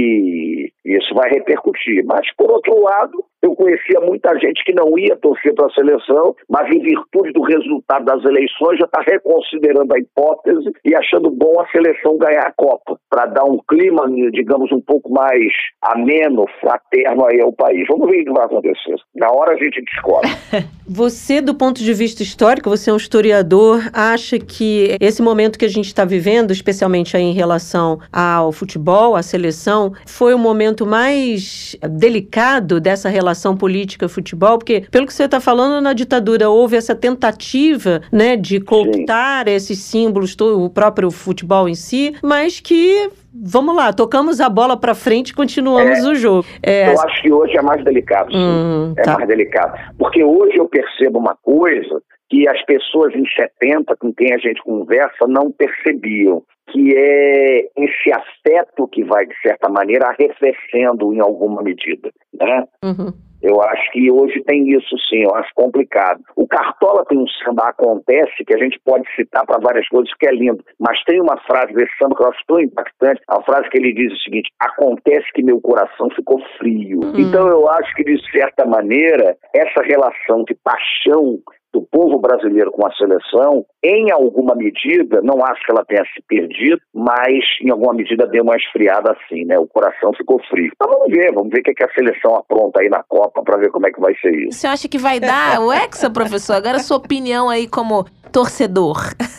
que isso vai repercutir. Mas, por outro lado, eu conhecia muita gente que não ia torcer para a seleção, mas em virtude do resultado das eleições já está reconsiderando a hipótese e achando bom a seleção ganhar a Copa, para dar um clima, digamos, um pouco mais ameno, fraterno aí ao país. Vamos ver o que vai acontecer. Na hora a gente descobre. Você, do ponto de vista histórico, você é um historiador, acha que esse momento que a gente está vivendo, especialmente aí em relação ao futebol, à seleção, foi o momento mais delicado dessa relação política-futebol? Porque, pelo que você está falando, na ditadura houve essa tentativa, né, de cooptar Sim. esses símbolos, o próprio futebol em si, mas que... Vamos lá, tocamos a bola pra frente e continuamos é, o jogo. É... Eu acho que hoje é mais delicado, sim. Hum, é tá. mais delicado. Porque hoje eu percebo uma coisa que as pessoas em setenta, com quem a gente conversa, não percebiam, que é esse afeto que vai, de certa maneira, arrefecendo em alguma medida, né? Uhum. Eu acho que hoje tem isso sim, eu acho complicado. O Cartola tem um samba Acontece, que a gente pode citar para várias coisas, que é lindo, mas tem uma frase desse samba que eu acho tão impactante, a frase que ele diz o seguinte: acontece que meu coração ficou frio. Hum. Então eu acho que, de certa maneira, essa relação de paixão do povo brasileiro com a seleção, em alguma medida, não acho que ela tenha se perdido, mas em alguma medida deu uma esfriada assim, né? O coração ficou frio. Mas vamos ver, vamos ver o que, é que a seleção apronta aí na Copa para ver como é que vai ser isso. Você acha que vai dar o Hexa, professor? Agora a sua opinião aí como torcedor.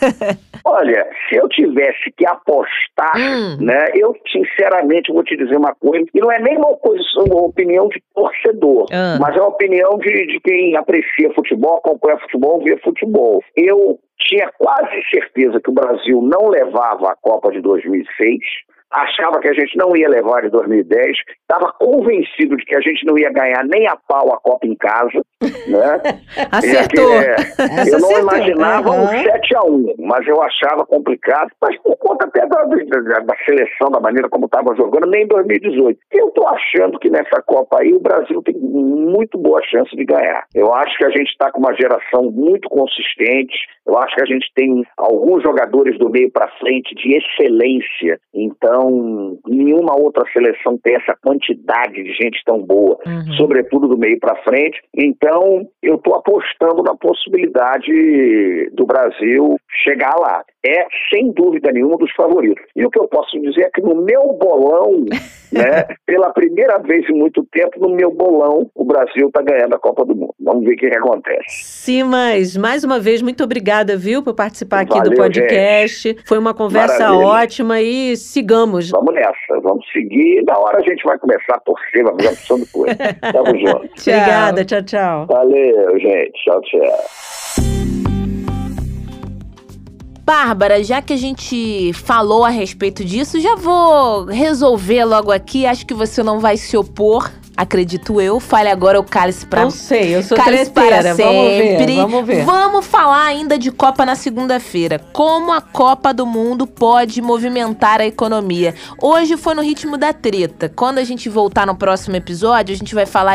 Olha, se eu tivesse que apostar, hum. né, eu sinceramente vou te dizer uma coisa, e não é nem uma oposição, uma opinião de torcedor, hum. mas é uma opinião de, de quem aprecia futebol, acompanha futebol, vê futebol. Eu tinha quase certeza que o Brasil não levava a Copa de dois mil e seis, achava que a gente não ia levar de dois mil e dez, estava convencido de que a gente não ia ganhar nem a pau a Copa em casa, né? Acertou. É, eu não imaginava uhum. um sete a um, mas eu achava complicado, mas por conta até da, da, da seleção, da maneira como estava jogando, nem em dois mil e dezoito. Eu estou achando que nessa Copa aí o Brasil tem muito boa chance de ganhar. Eu acho que a gente está com uma geração muito consistente, eu acho que a gente tem alguns jogadores do meio para frente de excelência, então nenhuma outra seleção tem essa quantidade de gente tão boa, uhum. sobretudo do meio para frente. Então, eu estou apostando na possibilidade do Brasil chegar lá. É, sem dúvida nenhuma, dos favoritos. E o que eu posso dizer é que no meu bolão, né, pela primeira vez em muito tempo, no meu bolão, o Brasil está ganhando a Copa do Mundo. Vamos ver o que, que acontece. Sim, mas mais uma vez, muito obrigada, viu, por participar aqui Valeu, do podcast. Gente. Foi uma conversa Maravilha. ótima e sigamos. Vamos nessa, vamos seguir. Na hora a gente vai começar a torcer, vai fazer uma opção de coisa. Tamo junto. Obrigada, tchau, tchau. Valeu, gente. Tchau, tchau. Bárbara, já que a gente falou a respeito disso, já vou resolver logo aqui. Acho que você não vai se opor, acredito eu. Fale agora o cálice para Não sei, eu sou cálice treteira. Para sempre. Vamos ver, vamos ver. Vamos falar ainda de Copa na segunda-feira. Como a Copa do Mundo pode movimentar a economia. Hoje foi no ritmo da treta. Quando a gente voltar no próximo episódio, a gente vai falar de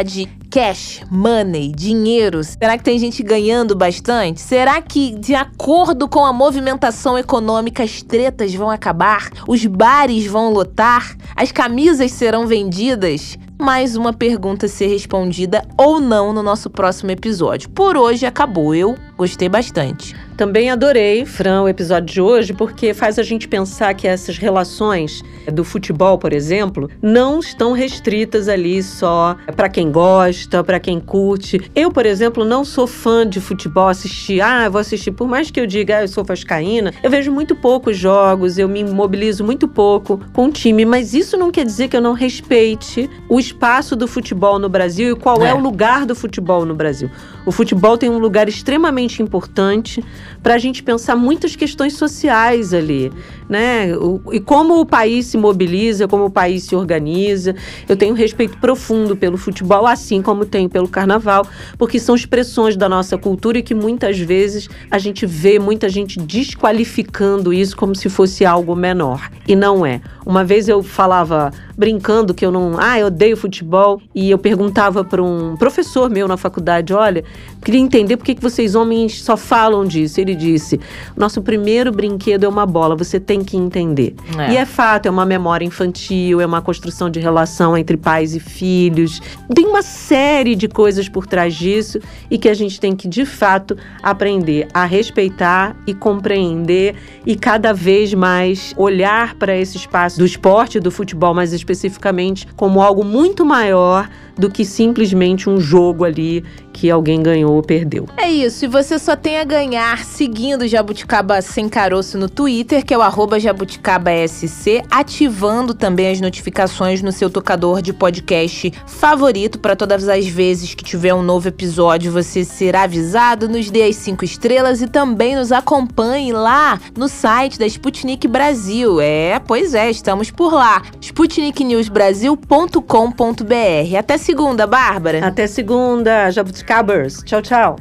Cash, money, dinheiro. Será que tem gente ganhando bastante? Será que, de acordo com a movimentação econômica, as tretas vão acabar? Os bares vão lotar? As camisas serão vendidas? Mais uma pergunta a ser respondida ou não no nosso próximo episódio. Por hoje acabou. Eu gostei bastante. Também adorei, Fran, o episódio de hoje, porque faz a gente pensar que essas relações do futebol, por exemplo, não estão restritas ali só para quem gosta, para quem curte. Eu, por exemplo, não sou fã de futebol, assistir, ah, eu vou assistir, por mais que eu diga, ah, eu sou vascaína, eu vejo muito poucos jogos, eu me mobilizo muito pouco com o time, mas isso não quer dizer que eu não respeite o espaço do futebol no Brasil e qual é, é o lugar do futebol no Brasil. O futebol tem um lugar extremamente importante para a gente pensar muitas questões sociais ali, né? O, e como o país se mobiliza, como o país se organiza. Eu tenho respeito profundo pelo futebol, assim como tenho pelo carnaval, porque são expressões da nossa cultura e que muitas vezes a gente vê muita gente desqualificando isso como se fosse algo menor. E não é. Uma vez eu falava, brincando, que eu não... Ah, eu odeio futebol. E eu perguntava para um professor meu na faculdade, olha, queria entender por que que vocês homens só falam disso. Ele disse, nosso primeiro brinquedo é uma bola, você tem que entender. É. E é fato, é uma memória infantil, é uma construção de relação entre pais e filhos. Tem uma série de coisas por trás disso e que a gente tem que, de fato, aprender a respeitar e compreender e cada vez mais olhar para esse espaço do esporte, do futebol mais especificamente, como algo muito maior do que simplesmente um jogo ali que alguém ganhou ou perdeu. É isso, e você só tem a ganhar seguindo Jabuticaba Sem Caroço no Twitter, que é o arroba jabuticabasc, ativando também as notificações no seu tocador de podcast favorito, para todas as vezes que tiver um novo episódio você será avisado, nos dê as cinco estrelas e também nos acompanhe lá no site da Sputnik Brasil. É, pois é, estamos por lá, sputnik news brasil ponto com ponto b r. Até segunda, Bárbara. Até segunda, Jabuticabers. Tchau, tchau.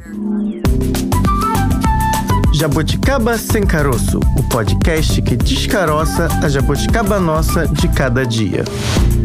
Jabuticaba Sem Caroço, o podcast que descaroça a jabuticaba nossa de cada dia.